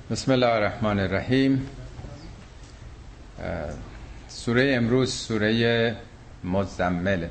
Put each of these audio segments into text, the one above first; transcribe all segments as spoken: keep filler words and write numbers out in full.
بسم الله الرحمن الرحیم. سوره امروز سوره مزمل.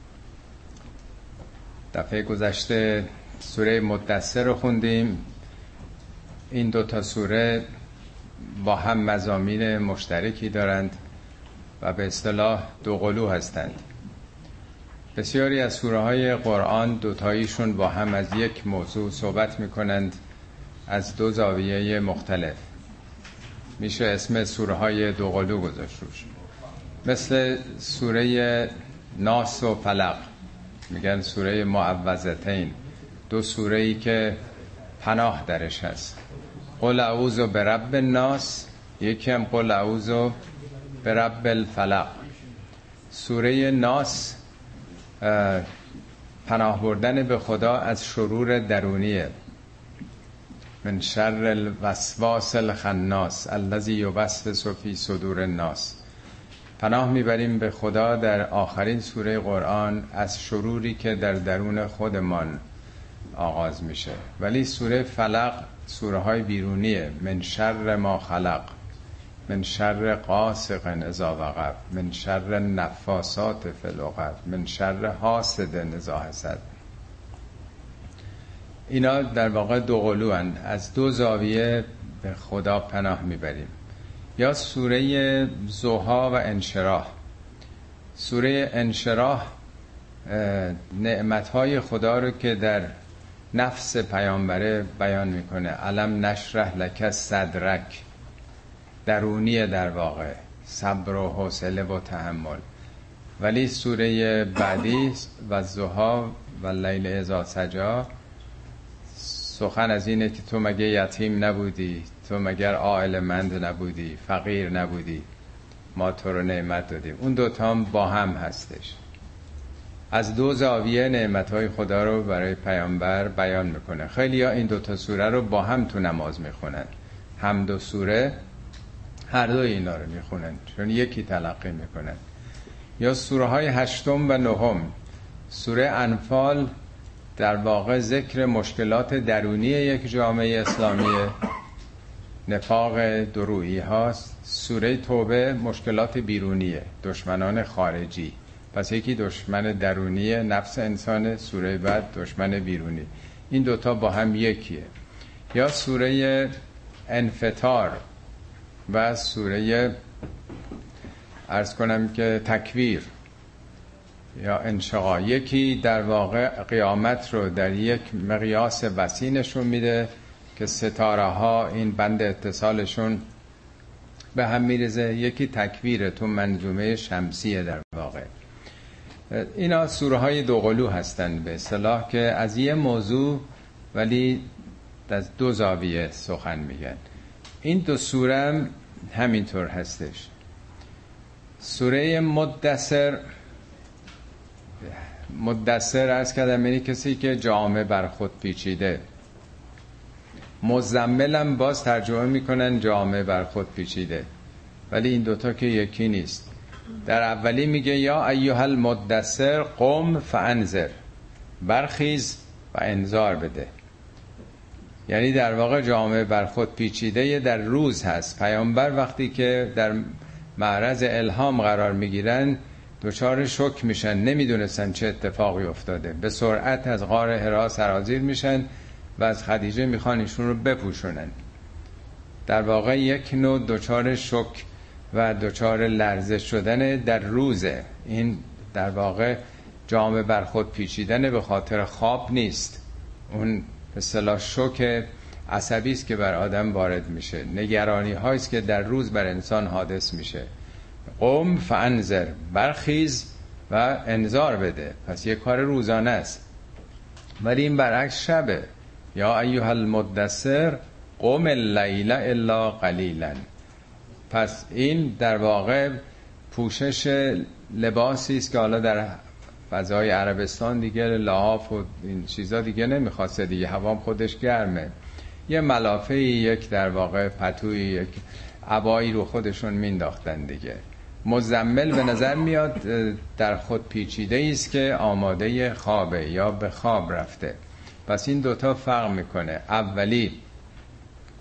دفعه گذشته سوره مدثر رو خوندیم. این دو تا سوره با هم مضامین مشترکی دارند و به اصطلاح دو قلو هستند. بسیاری از سوره های قرآن دوتاییشون با هم از یک موضوع صحبت می کنند از دو زاویه مختلف. میشه اسم سوره های دو قلو گذاشت روش، مثل سوره ناس و فلق، میگن سوره معوذتین، دو سوره ای که پناه درش هست. قل اعوذ برب الناس، یکی هم قل اعوذ برب الفلق. سوره ناس پناه بردن به خدا از شرور درونیه. من شر الوسواس الخناس الذی یوسوس فی صدور الناس. پناه میبریم به خدا در آخرین سوره قرآن از شروری که در درون خودمان آغاز میشه. ولی سوره فلق سوره های بیرونیه. من شر ما خلق، من شر غاسق اذا وقب، من شر النفاثات فی العقد، من شر حاسد اذا حسد. اینا در واقع دو قلو هستند، از دو زاویه به خدا پناه میبریم. یا سوره ضحی و انشراح. سوره انشراح نعمتهای خدا رو که در نفس پیامبره بیان میکنه. الم نشرح لک صدرک، درونیه در واقع، صبر و حوصله و تحمل. ولی سوره بعدی و ضحی و اللیل اذا سجی سخن از اینه که تو مگه یتیم نبودی، تو مگر عائل مند نبودی، فقیر نبودی، ما تو رو نعمت دادیم. اون دوتا هم با هم هستش، از دو زاویه نعمتهای خدا رو برای پیامبر بیان میکنه. خیلی ها این دوتا سوره رو با هم تو نماز میخونن، هم دو سوره هر دو اینا رو میخونن چون یکی تلقی میکنن. یا سوره های هشتم و نهم. سوره انفال در واقع ذکر مشکلات درونی یک جامعه اسلامیه، نفاق درویی هاست. سوره توبه مشکلات بیرونیه، دشمنان خارجی. پس یکی دشمن درونی نفس انسان، سوره بعد دشمن بیرونی. این دوتا با هم یکیه. یا سوره انفطار و سوره عرض کنم که تکویر یا انشقاق. یکی در واقع قیامت رو در یک مقیاس وسیع نشون میده که ستاره ها این بند اتصالشون به هم میرزه. یکی تکویر تو منظومه شمسیه در واقع. اینا سوره های دو قلو هستند به اصطلاح که از یه موضوع ولی از دو زاویه سخن میگن. این دو سوره هم همینطور هستش. سوره مدثر، مدثر از کردم یعنی کسی که جامه بر خود پیچیده. مزمل هم باز ترجمه میکنن جامه بر خود پیچیده، ولی این دوتا که یکی نیست. در اولی میگه یا ایها المدثر قم فانذر، برخیز و انذار بده. یعنی در واقع جامه بر خود پیچیده در روز هست. پیامبر وقتی که در معرض الهام قرار میگیرن دچار شوک میشن، نمیدونستن چه اتفاقی افتاده. به سرعت از غار حرا سرازیر میشن و از خدیجه میخوان ایشون رو بپوشونن. در واقع یک نوع دچار شوک و دچار لرزش شدن در روزه. این در واقع جامه بر خود پیچیدن به خاطر خواب نیست، اون به اصطلاح شوک عصبی است که بر آدم وارد میشه، نگرانی هاییست که در روز بر انسان حادث میشه. قم فانذر، برخیز و انذار بده. پس یک کار روزانه است. ولی این برعکس شبه. یا ایها المدثر قم اللیل الا قلیلا. پس این در واقع پوشش لباسی است که حالا در فضای عربستان دیگه لحاف و این چیزا دیگه نمیخواسته دیگه، هوام خودش گرمه. یه ملافه‌ای، یک در واقع پتویی، یک عبایی رو خودشون مینداختن دیگه. مزمل به نظر میاد در خود پیچیده است که آماده خوابه یا به خواب رفته. پس این دوتا فرق میکنه. اولی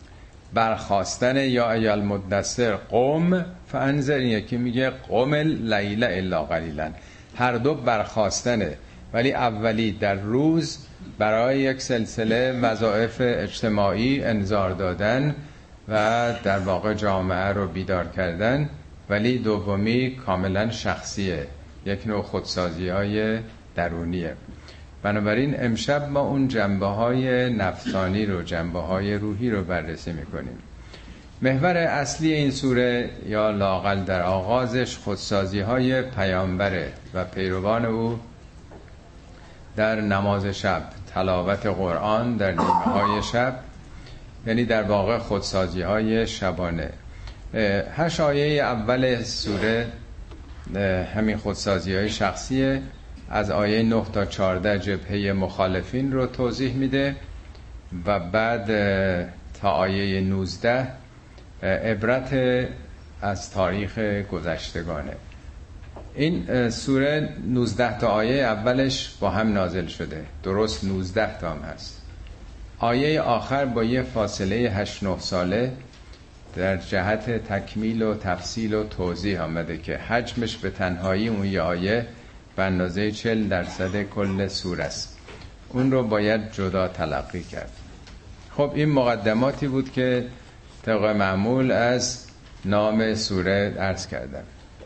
برخاستن یا ایها المدثر قم فانذر، یکی میگه قم اللیل الا قلیلا، هر دو برخاستنه، ولی اولی در روز برای یک سلسله وظایف اجتماعی انذار دادن و در واقع جامعه رو بیدار کردن، ولی دومی کاملا شخصیه، یک نوع خودسازی های درونیه. بنابراین امشب ما اون جنبه های نفسانی رو، جنبه های روحی رو بررسی میکنیم. محور اصلی این سوره یا لااقل در آغازش خودسازی های پیامبره و پیروان او در نماز شب، تلاوت قرآن در نیمه های شب، یعنی در واقع خودسازی های شبانه. هشت آیه اول سوره همین خودسازی های شخصیه. از آیه نه تا چهارده جبهه مخالفین رو توضیح میده و بعد تا آیه نوزده عبرت از تاریخ گذشتگانه. این سوره نوزده تا آیه اولش با هم نازل شده، درست نوزده تا هم هست. آیه آخر با یه فاصله هشت نه ساله در جهت تکمیل و تفصیل و توضیح آمده که حجمش به تنهایی اون یه آیه به اندازه چهل درصد کل سوره است. اون رو باید جدا تلقی کرد. خب این مقدماتی بود که طبق معمول از نام سوره عرض کردم.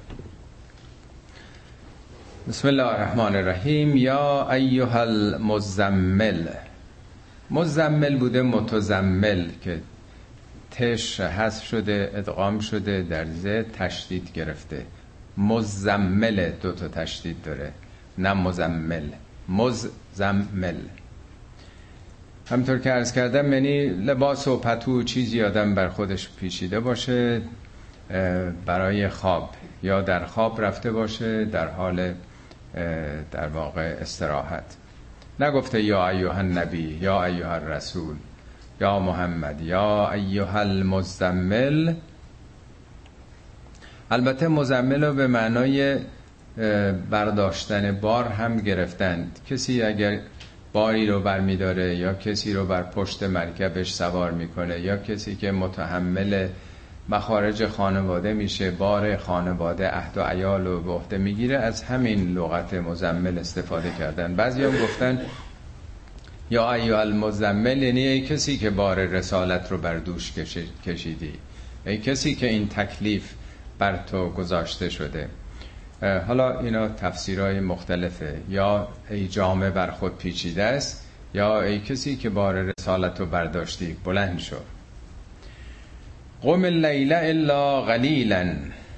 بسم الله الرحمن الرحیم. یا ایها المزمل، مزمل بوده متزمل که تش حذف شده ادغام شده در ز تشدید گرفته. مزمل دو تا تشدید داره، نه مزمل، مزمل. همطور که عرض کردم یعنی لباس و پتو چیزی آدم بر خودش پیچیده باشه برای خواب، یا در خواب رفته باشه در حال در واقع استراحت. نگفته یا ایها النبی، یا ایها الرسول، یا محمد، یا ایها المزمل. البته مزمل رو به معنای برداشتن بار هم گرفتند. کسی اگر باری رو برمیداره یا کسی رو بر پشت مرکبش سوار میکنه یا کسی که متحمل مخارج خانواده میشه، بار خانواده عهد و عیال رو به عهده میگیره، از همین لغت مزمل استفاده کردن. بعضی هم گفتن یا ایها المزمل یعنی ای کسی که بار رسالت رو بر دوش کشیدی، ای کسی که این تکلیف بر تو گذاشته شده. حالا اینا تفسیرهای مختلفه، یا ای جامه بر خود پیچیده است، یا ای کسی که بار رسالت رو برداشتی بلند شو. قم اللیل الا قلیلا،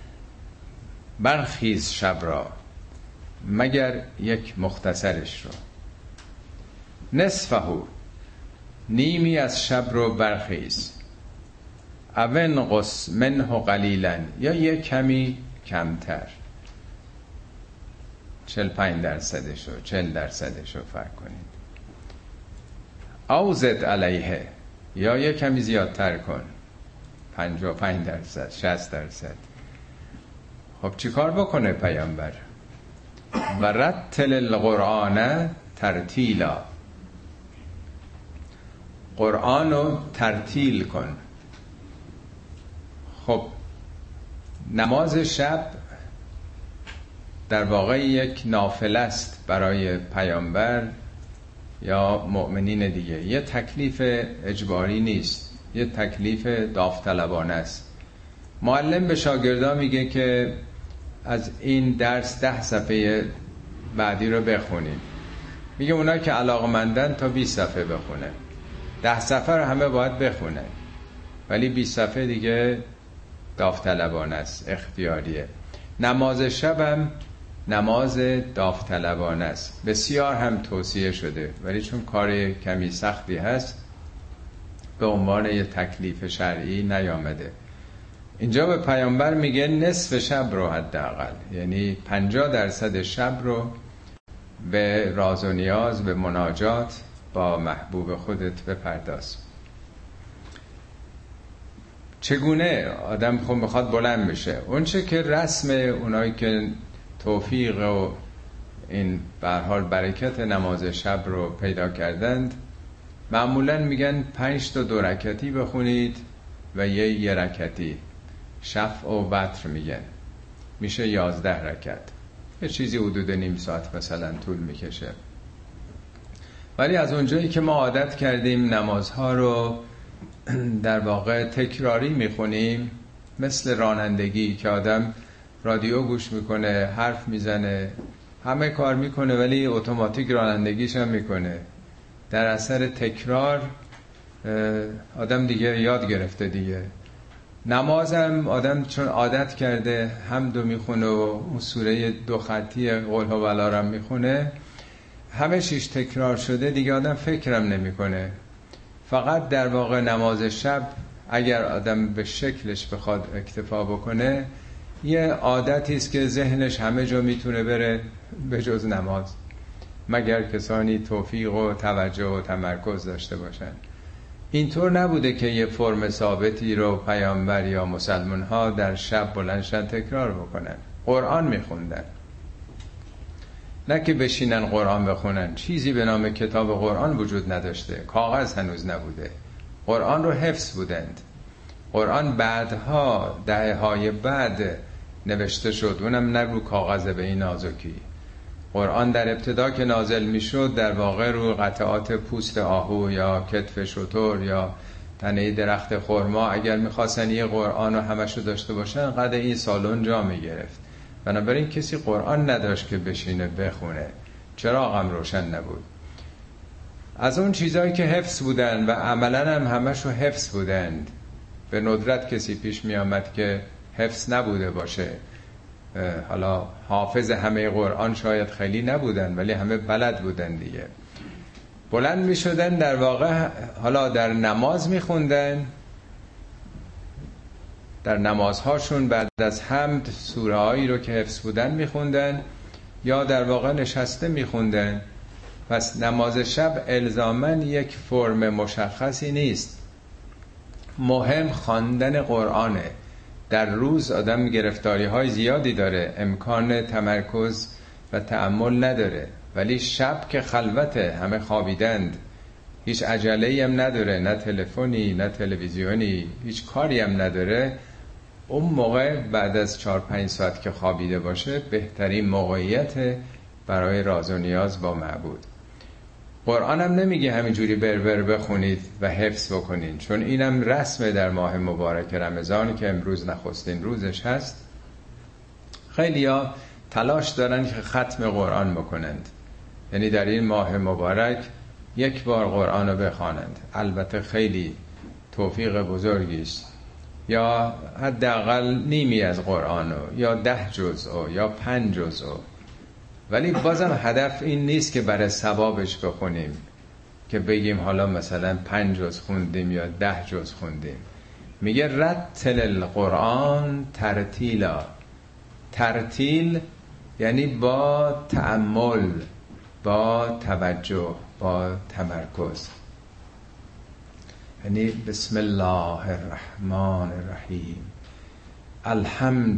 برخیز شب را مگر یک مختصرش رو. نصفه، نیمی از شب رو برخیز. او انقص منه قلیلا، یا یک کمی کمتر، چهل و پنج درصدشو چهل درصدشو فرق کنید. او زد علیه، یا یک کمی زیادتر کن، پنجاه و پنج درصد شصت درصد. خب چی کار بکنه پیامبر؟ و رتل القرآن ترتیلا، قرآن رو ترتیل کن. خب نماز شب در واقع یک نافله است برای پیامبر یا مؤمنین دیگه، یه تکلیف اجباری نیست، یه تکلیف داوطلبانه است. معلم به شاگردان میگه که از این درس ده صفحه بعدی رو بخونید. میگه اونا که علاقمندن تا بیست صفحه بخونه، ده صفحه رو همه باید بخونه، ولی بیست صفحه دیگه داوطلبانه است، اختیاریه. نماز شبم نماز داوطلبانه است، بسیار هم توصیه شده، ولی چون کار کمی سختی هست به عنوان یه تکلیف شرعی نیامده. اینجا به پیامبر میگه نصف شب رو حداقل، یعنی پنجاه درصد شب رو به راز و نیاز، به مناجات با محبوب خودت بپرداز. چگونه آدم خود بخواد بلند بشه؟ اون چه که رسم اونایی که توفیق و این به هر حال برکت نماز شب رو پیدا کردند، معمولا میگن پنج تا دو رکعتی بخونید و یه یه رکتی، شفع و وتر میگن، میشه یازده رکت، یه چیزی حدود نیم ساعت مثلا طول میکشه. ولی از اونجایی که ما عادت کردیم نمازها رو در واقع تکراری میخونیم، مثل رانندگی که آدم رادیو گوش میکنه، حرف میزنه، همه کار میکنه ولی اتوماتیک رانندگیش هم میکنه، در اثر تکرار آدم دیگه یاد گرفته دیگه. نمازم آدم چون عادت کرده حمدو میخونه و اون سوره دو خطی قل هو الا رو میخونه، همه شیش تکرار شده دیگه، آدم فکرم نمیکنه. فقط در واقع نماز شب اگر آدم به شکلش بخواد اکتفا بکنه، یه عادتی است که ذهنش همه جا میتونه بره به جز نماز، مگر کسانی توفیق و توجه و تمرکز داشته باشن. اینطور نبوده که یه فرم ثابتی رو پیامبر یا مسلمان ها در شب بلندشن تکرار بکنن. قرآن میخوندن، نه که بشینن قرآن بخونن. چیزی به نام کتاب قرآن وجود نداشته، کاغذ هنوز نبوده. قرآن رو حفظ بودند. قرآن بعدها دهه های بعد نوشته شد، اونم نه رو کاغذ به این نازکی. قرآن در ابتدا که نازل می شد در واقع رو قطعات پوست آهو یا کتف شتر یا تنه درخت خرما، اگر میخواستن یه قرآن رو همشو داشته باشن قد این سالن جا می گرفت. بنابراین کسی قرآن نداشت که بشینه بخونه، چراغم روشن نبود. از اون چیزایی که حفظ بودن و عملا هم همشو حفظ بودند، به ندرت کسی پیش می آمد که حفظ نبوده باشه. حالا حافظ همه قرآن شاید خیلی نبودن ولی همه بلد بودن دیگه. بلند می شدن در واقع، حالا در نماز می خوندن، در نمازهاشون بعد از حمد سوره هایی رو که حفظ بودن می خوندن، یا در واقع نشسته می خوندن. پس نماز شب الزاماً یک فرم مشخصی نیست، مهم خواندن قرآنه. در روز آدم گرفتاری های زیادی داره، امکان تمرکز و تأمل نداره، ولی شب که خلوته، همه خوابیدند، هیچ عجله‌ای هم نداره، نه تلفنی نه تلویزیونی، هیچ کاری هم نداره. اون موقع بعد از چهار پنج ساعت که خوابیده باشه بهترین موقعیت برای راز و نیاز با معبود. قرآن هم نمیگه همینجوری بربر بخونید و حفظ بکنید، چون اینم رسمه در ماه مبارک رمضان که امروز نخستین روزش هست. خیلی ها تلاش دارن که ختم قرآن بکنند، یعنی در این ماه مبارک یک بار قرآن رو بخوانند. البته خیلی توفیق بزرگی است، یا حداقل نیمی از قرآن رو، یا ده جزء یا پنج جزء. ولی بازم هدف این نیست که برای ثوابش بخونیم، که بگیم حالا مثلا پنج جز خوندیم یا ده جز خوندیم. میگه رتل القرآن ترتیلا. ترتیل یعنی با تأمل، با توجه، با تمرکز. یعنی بسم الله الرحمن الرحیم، الحمد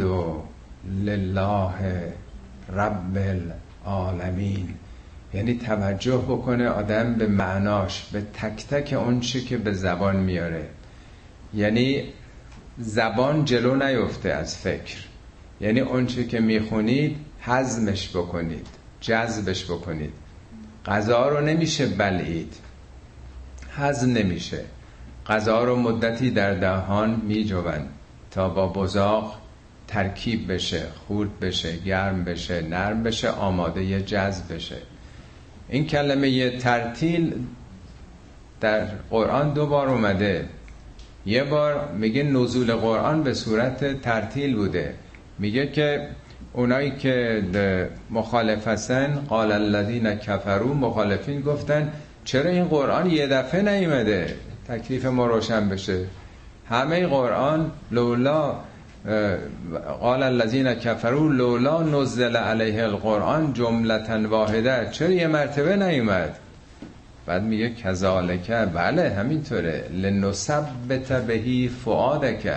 لله رب العالمین. یعنی توجه بکنه آدم به معناش، به تک تک اون چی که به زبان میاره. یعنی زبان جلو نیفته از فکر، یعنی اون چی که میخونید هضمش بکنید، جذبش بکنید. غذا رو نمیشه بلعید، هضم نمیشه. غذا رو مدتی در دهان میجوند تا با بزاق ترکیب بشه، خورد بشه، گرم بشه، نرم بشه، آماده ی جذب بشه. این کلمه ی ترتیل در قرآن دو بار اومده. یه بار میگه نزول قرآن به صورت ترتیل بوده، میگه که اونایی که مخالف هستن، قال الذین کفروا، مخالفین گفتن چرا این قرآن یه دفعه نیومده تکلیف ما روشن بشه. همه قرآن لولا قال الذین کفروا لولا نزل علیه القرآن جملة واحده، چرا یه مرتبه نیومد؟ بعد میگه کذالک، بله همینطوره، لنثبت بهی فؤادک،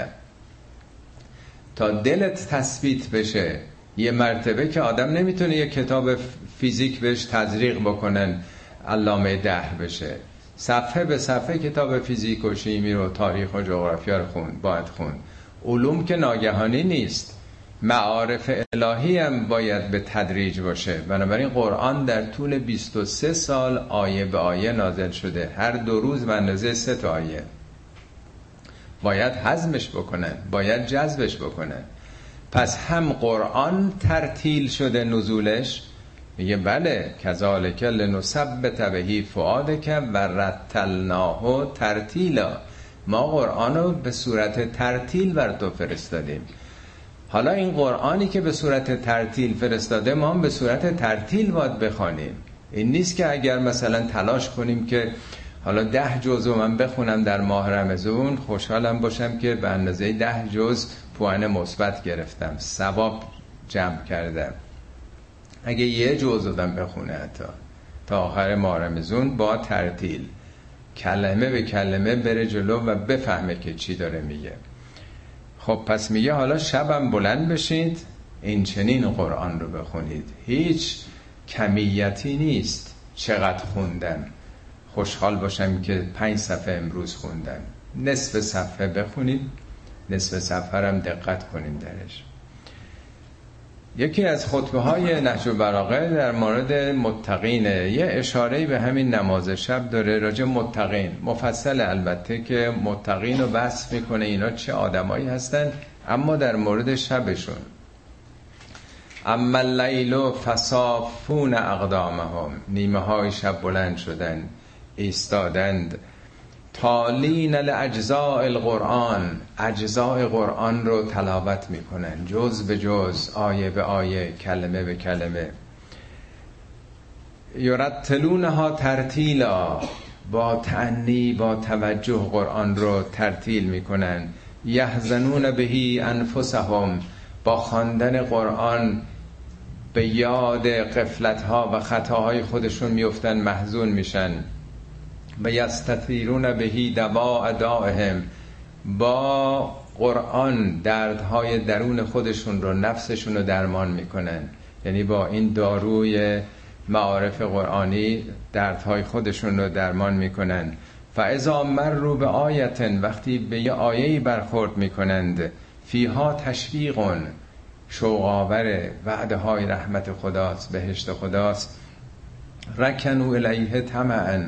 تا دلت تثبیت بشه. یه مرتبه که آدم نمیتونه یه کتاب فیزیک بهش تزریق بکنن علامه دهر بشه. صفحه به صفحه کتاب فیزیک و شیمی و تاریخ و جغرافیا رو خوند، باید خوند. علوم که ناگهانی نیست، معارف الهی هم باید به تدریج باشه. بنابراین قرآن در طول بیست و سه سال آیه به آیه نازل شده، هر دو روز به اندازه سه تا آیه. باید هضمش بکنن، باید جذبش بکنن. پس هم قرآن ترتیل شده نزولش، میگه بله کذالک لنثبت به فؤادک و رتلناه ترتیلا، ما قرآن رو به صورت ترتیل بر تو فرستادیم. حالا این قرآنی که به صورت ترتیل فرستاده ما هم به صورت ترتیل باید بخوانیم. این نیست که اگر مثلا تلاش کنیم که حالا ده جزء من بخونم در ماه رمضان، خوشحالم باشم که به اندازه ده جزء پوان مثبت گرفتم، ثواب جمع کردم. اگه یه جزء دادم بخونه حتی تا آخر ماه رمضان با ترتیل، کلمه به کلمه بره جلو و بفهمه که چی داره میگه. خب پس میگه حالا شبم بلند بشید این چنین قرآن رو بخونید. هیچ کمیتی نیست چقدر خوندم، خوشحال باشم که پنج صفحه امروز خوندم. نصف صفحه بخونید، نصف صفحه هم دقت کنیم درش. یکی از خطبه های نهج البلاغه در مورد متقینه، یه اشاره‌ای به همین نماز شب داره راجع متقین، مفصل البته، که متقین رو وصف میکنه اینا چه آدمایی هستن، اما در مورد شبشون. اما اللیل فصافون اقدامهم، نیمه های شب بلند شدن، ایستادند، تالین لاجزاء القرآن، اجزاء قرآن رو تلاوت میکنن، جز به جز، آیه به آیه، کلمه به کلمه. یرتلونها ترتیلا، با تأنی با توجه قرآن رو ترتیل میکنن. یحزنون بهی انفسهم، با خواندن قرآن به یاد غفلت‌ها و خطاهای خودشون میفتن، محزون میشن. و یستثیرون بهی دواء دائهم، با قرآن دردهای درون خودشون رو، نفسشون رو درمان میکنن. یعنی با این داروی معارف قرآنی دردهای خودشون رو درمان میکنن. فاذا مروا به آیه، وقتی به یه آیه‌ای برخورد میکنند، فیها تشویقون، شوق‌آور، وعده های رحمت خداست، بهشت خداست. رکنوا الیه طمعا،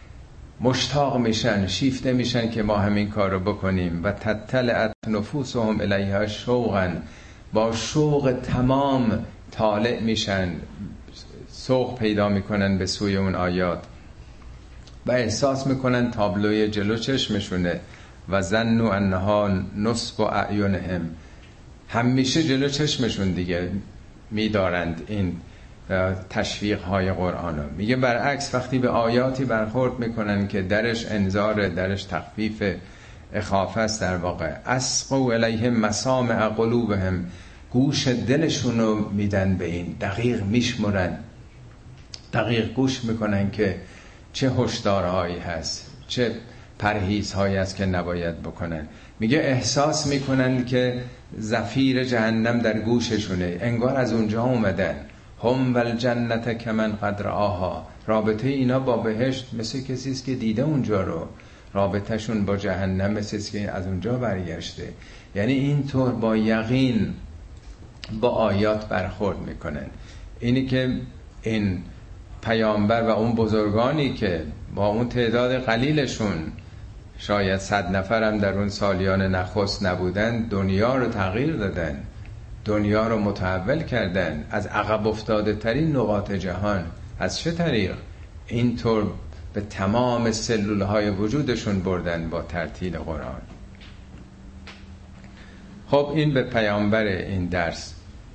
مشتاق میشن، شیفته میشن که ما همین کار رو بکنیم. و تطلعت نفوسهم الیها شوقا، با شوق تمام طالع میشن، سوق پیدا میکنن به سوی اون آیات و احساس میکنن تابلوی جلو چشمشونه. و ظنوا انها نصب اعینهم، همیشه جلو چشمشون دیگه میدارند این تشویق های قرآن رو. میگه برعکس وقتی به آیاتی برخورد میکنن که درش انذار، درش تخفیف، اخافه است، در واقع اسقوا الیهم مسامع قلوبهم، گوش دلشون رو میدن به این، دقیق میشمرن، دقیق گوش میکنن که چه هشدارهایی هست، چه پرهیزهایی هست که نباید بکنن. میگه احساس میکنن که زفیر جهنم در گوششونه، انگار از اونجا اومدن. هم والجنت کمن قد رآها، رابطه اینا با بهشت مثل کسی است که دیده اونجا رو، رابطهشون با جهنم مثل کسی که از اونجا برگشته. یعنی اینطور با یقین با آیات برخورد میکنن. اینی که این پیامبر و اون بزرگانی که با اون تعداد قلیلشون، شاید صد نفرم در اون سالیان نخست نبودن، دنیا رو تغییر دادن، دنیا رو متحول کردن از عقب افتاده ترین نقاط جهان. از چه طریق؟ اینطور به تمام سلول های وجودشون بردن با ترتیل قرآن. خب این به پیامبر این درس.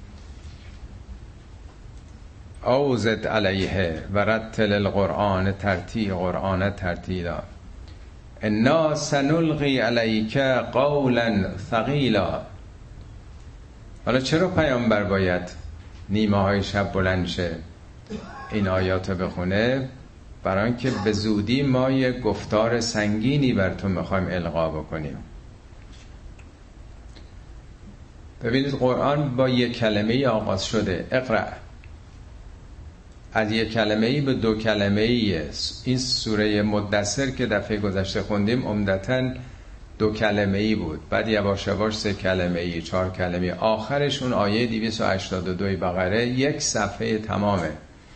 اوزد علیه و رتل القرآن ترتیل، قرآن ترتیلا، انا سنلقی علیک قولا ثقیلا. حالا چرا پیامبر باید نیمه های شب بلند شه این آیات رو بخونه؟ برای اینکه به زودی ما یه گفتار سنگینی بر تو میخوایم القا بکنیم. ببینید قرآن با یه کلمه آغاز شده، اقرأ. از یک کلمه ای به دو کلمه ای. این سوره مدثر که دفعه گذشته خوندیم عمدتاً دو کلمه ای بود، بعد یواش یواش سه کلمه ای، چهار کلمه ای، آخرش اون آیه دویست و هشتاد و دو بقره یک صفحه تمامه.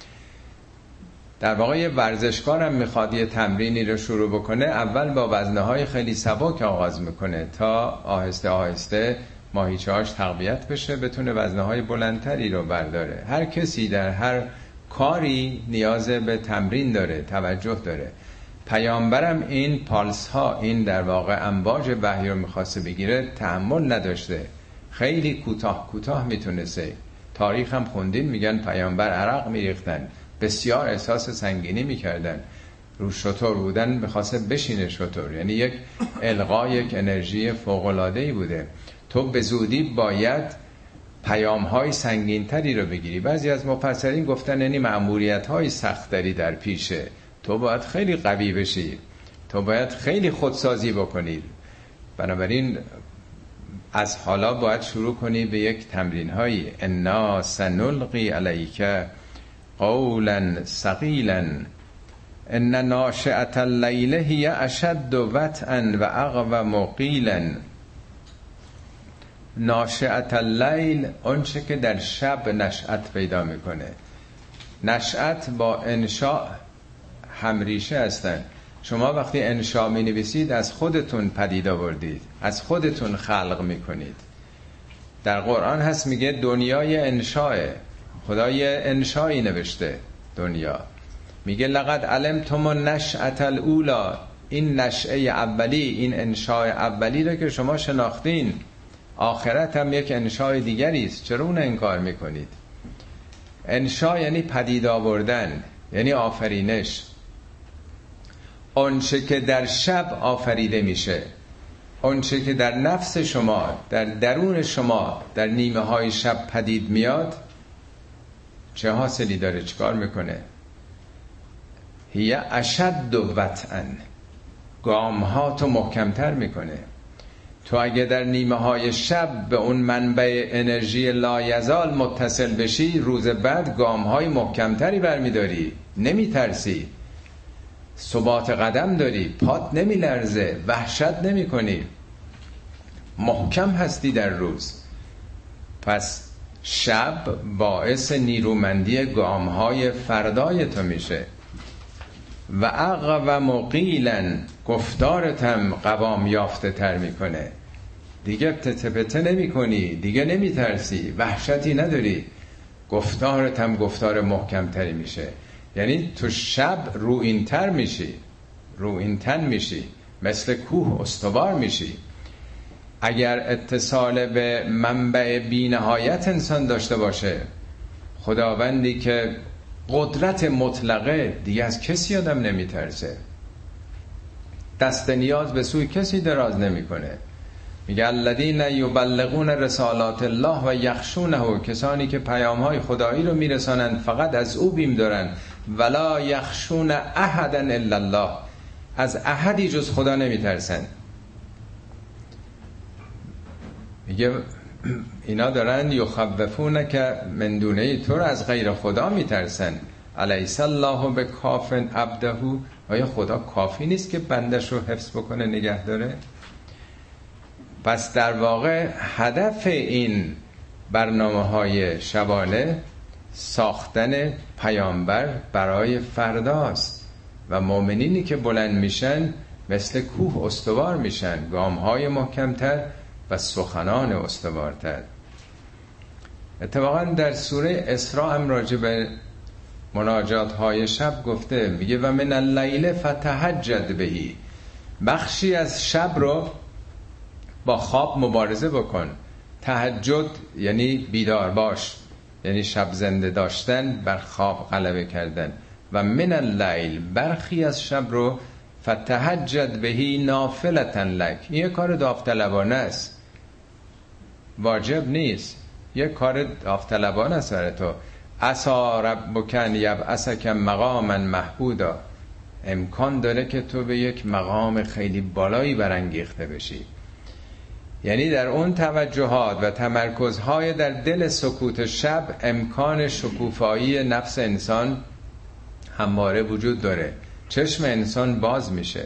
در واقع یه ورزشکار هم میخواد یه تمرینی رو شروع بکنه، اول با وزنه های خیلی سبک آغاز میکنه تا آهسته آهسته ماهیچه‌هاش تقویت بشه، بتونه وزنه های بلندتری رو برداره. هر کسی در هر کاری نیاز به تمرین داره، توجه داره. پیامبرم این پالس ها، این در واقع امواج وحی رو میخواسته بگیره، تحمل نداشته، خیلی کوتاه کوتاه میتونسته. تاریخ هم خوندین، میگن پیامبر عرق میریختن، بسیار احساس سنگینی میکردن، رو شتر بودن میخواسته بشینه شتر، یعنی یک القا، یک انرژی فوق‌العاده‌ای بوده. تو به زودی باید پیام های سنگین تری رو بگیری. بعضی از مفسرین گفتن یعنی مأموریت های سخت تری در پیشه، تو باید خیلی قوی بشی، تو باید خیلی خودسازی بکنی. بنابراین از حالا باید شروع کنی به یک تمرین هایی. انا سنلقی علیک قولا ثقیلا ان ناشئة اللیل هی اشد وطئا و اقوم قیلا. ناشئة اللیل اون چه که در شب نشأت پیدا میکنه. نشأت با انشاء همریشه هستن. شما وقتی انشاء می نویسید از خودتون پدید آوردید، از خودتون خلق میکنید. در قرآن هست میگه دنیای انشاء، خدای انشایی نوشته دنیا. میگه لقد علمتم النشأة الاولی، این نشأه اولی، این انشاء اولی رو که شما شناختین، آخرت هم یک انشاء دیگری است، چرا اون انکار میکنید؟ انشاء یعنی پدید آوردن، یعنی آفرینش. آنچه که در شب آفریده میشه، آنچه که در نفس شما، در درون شما، در نیمه های شب پدید میاد، چه حاصلی داره؟ چیکار میکنه؟ هی اشد وطئا، گام ها تو محکمتر میکنه. تو اگه در نیمه های شب به اون منبع انرژی لایزال متصل بشی، روز بعد گام های محکمتری برمیداری، نمیترسی، ثبات قدم داری، پات نمیلرزه، وحشت نمی کنی، محکم هستی در روز. پس شب باعث نیرومندی گام های فردای تو میشه. و اقوم قیلا، گفتارتم قوام یافته تر میکنه، دیگه تتپته نمی کنی، دیگه نمی ترسی، وحشتی نداری، گفتارتم گفتار محکم تری میشه. یعنی تو شب رو این تر میشی، رو این تن میشی، مثل کوه استوار میشی. اگر اتصال به منبع بی نهایت انسان داشته باشه، خداوندی که قدرت مطلقه، دیگه از کسی آدم نمیترسه، دست نیاز به سوی کسی دراز نمیکنه. میگه الذین یبلغون رسالات الله و یخشونه، کسانی که پیام های خدایی رو میرسانند فقط از او بیم دارن. ولا یخشون احدا الا الله، از احدی جز خدا نمیترسن. میگه اینا دارن یخوفونک من دونه، تو رو از غیر خدا میترسن. الیس الله بکاف عبده، آیا خدا کافی نیست که بندش رو حفظ بکنه، نگه داره؟ پس در واقع هدف این برنامه های شبانه ساختن پیامبر برای فرداست و مؤمنینی که بلند میشن مثل کوه استوار میشن، گام های محکمتر و سخنان استوارتر. اتفاقا در سوره اسراء هم راجع به مناجات های شب گفته، میگه و من اللیل فتهجد بهی، بخشی از شب رو با خواب مبارزه بکن. تهجد یعنی بیدار باش، یعنی شب زنده داشتن، بر خواب غلبه کردن. و من اللیل، برخی از شب رو فتهجد بهی نافلة لک، این یه کار داوطلبانه است، واجب نیست، یه کار داوطلبانه است برای تو. عسى ربک ان یبعثک مقاما محمودا، امکان داره که تو به یک مقام خیلی بالایی برانگیخته بشی. یعنی در اون توجهات و تمرکزهای در دل سکوت شب امکان شکوفایی نفس انسان همواره وجود داره. چشم انسان باز میشه،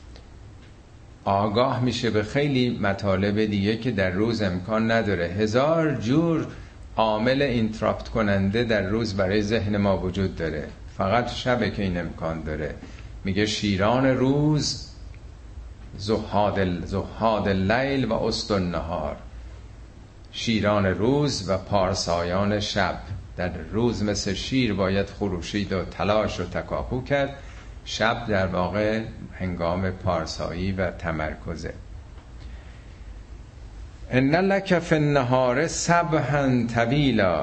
آگاه میشه به خیلی مطالب دیگه که در روز امکان نداره. هزار جور عامل اینتراپت کننده در روز برای ذهن ما وجود داره، فقط شبه که این امکان داره. میگه شیران روز زهاد زهاد اللیل و اسد النهار. شیران روز و پارسایان شب. در روز مثل شیر باید خروشید و تلاش و تکاپو کرد، شب در واقع هنگام پارسایی و تمرکزه. ان لک فی النهار سبحا طویلا.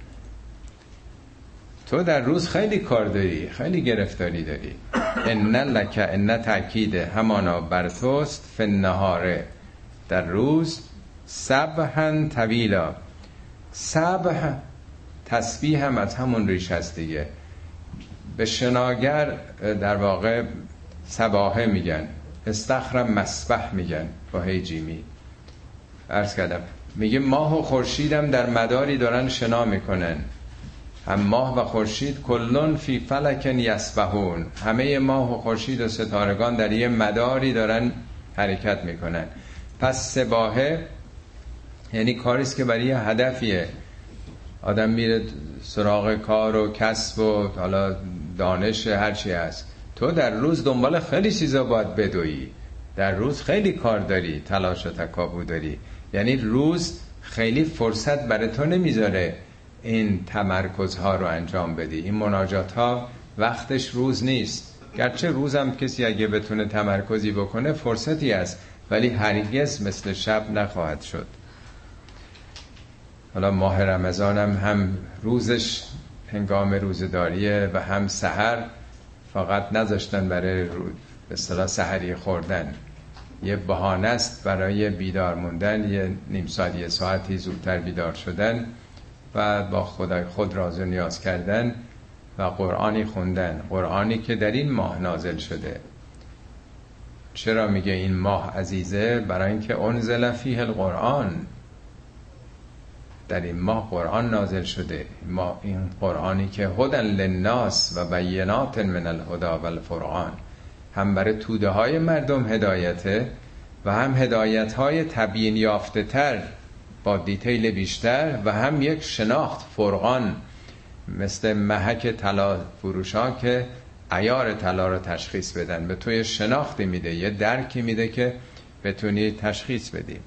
تو در روز خیلی کار داری، خیلی گرفتاری داری. ان لک، ان تأکید همانا بر توست، فی النهار در روز، سبحا طویلا. سبح تسبیح هم از همون ریش هست دیگه. به شناگر در واقع سباحه میگن، استخرم مسبح میگن با هی جیمی. عرض کردم میگه ماه و خورشیدم در مداری دارن شنا میکنن. هم ماه و خورشید کلون فی فلک یسبحون، همه ماه و خورشید و ستارگان در یه مداری دارن حرکت میکنن. پس سباحه یعنی کاریست که برای یه هدفیه. آدم میره سراغ کار و کسب و حالا دانش هرچی هست. تو در روز دنبال خیلی چیزا باید بدویی، در روز خیلی کار داری، تلاش و تکاپو داری. یعنی روز خیلی فرصت برای تو نمیذاره این تمرکزها رو انجام بدی. این مناجات ها وقتش روز نیست. گرچه روزم کسی اگه بتونه تمرکزی بکنه فرصتی است، ولی هرگز مثل شب نخواهد شد. حالا ماه رمضان هم, هم روزش هنگام روزداریه و هم سحر، فقط نذاشتن برای رو به اصطلاح سحری خوردن. یه بهانه است برای بیدار موندن، یه نیم ساعت یه ساعتی زودتر بیدار شدن و با خدای خود راز و نیاز کردن و قرآنی خوندن. قرآنی که در این ماه نازل شده. چرا میگه این ماه عزیزه؟ برای اینکه انزل فیه القرآن، در این ماه قرآن نازل شده. ما این قرآنی که هدی للناس و بینات من الهدی و الفرقان، هم برای توده های مردم هدایته و هم هدایت های تبیین یافته تر با دیتیل بیشتر، و هم یک شناخت فرقان، مثل محک طلا فروشا که عیار طلا رو تشخیص بدن. به توی شناختی میده، یه درکی میده که بتونی تشخیص بدی.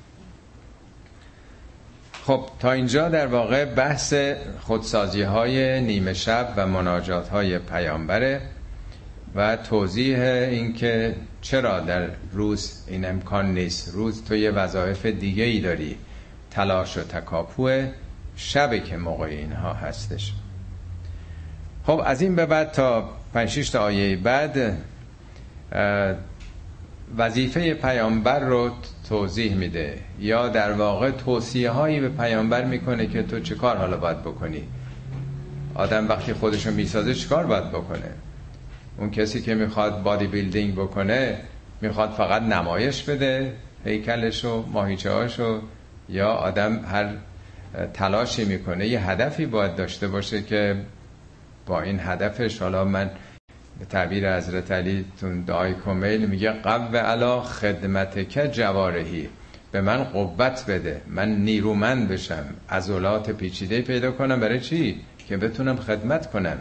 خب تا اینجا در واقع بحث خودسازی های نیمه شب و مناجات های پیامبره و توضیح این که چرا در روز این امکان نیست. روز تو یه وظایف دیگه ای داری، تلاش و تکاپوه، شبه که موقع اینها هستش. خب از این به بعد تا پنج شش تا آیه بعد وظیفه پیامبر رو توضیح میده، یا در واقع توصیه هایی به پیامبر میکنه که تو چه کار حالا باید بکنی. آدم وقتی خودشو میسازه چه کار باید بکنه؟ اون کسی که میخواد بادی بیلدینگ بکنه میخواد فقط نمایش بده هیکلشو، ماهیچه‌هاشو، یا آدم هر تلاشی میکنه یه هدفی باید داشته باشه که با این هدفش، حالا من به تعبیر حضرت علی تون دعای کمیل میگه قو علا خدمتک جوارحی، به من قوت بده، من نیرومند بشم، عضلات پیچیده پیدا کنم. برای چی؟ که بتونم خدمت کنم.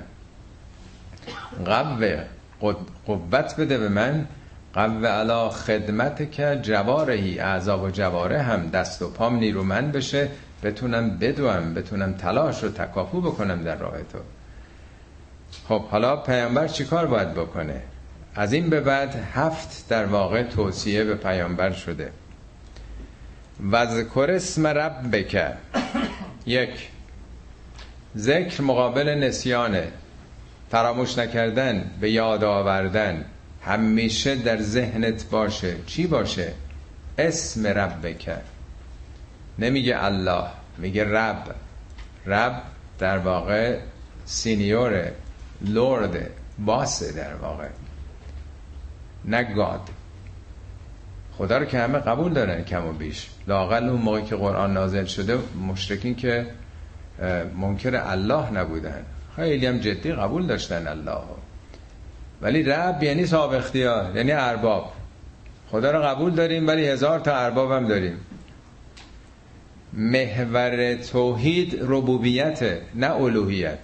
قو قوت بده به من، قو علا خدمتک جوارحی، اعضا و جواره هم دست و پام نیرومند بشه، بتونم بدوم، بتونم تلاش و تکاپو بکنم در راه تو. خب حالا پیامبر چی کار باید بکنه؟ از این به بعد هفت در واقع توصیه به پیامبر شده. وذکر اسم ربک. یک، ذکر مقابل نسیانه، فراموش نکردن، به یاد آوردن، همیشه در ذهنت باشه. چی باشه؟ اسم ربک. نمیگه الله، میگه رب. رب در واقع سینیوره، لورد، باسه در واقع، نه گاد. خدا رو که همه قبول دارن کم و بیش، لااقل اون موقعی که قرآن نازل شده مشرکین که منکر الله نبودن، خیلی هم جدی قبول داشتن الله. ولی رب یعنی صاحب اختیار، یعنی ارباب. خدا رو قبول داریم ولی هزار تا ارباب هم داریم. محور توحید ربوبیت نه الوهیت.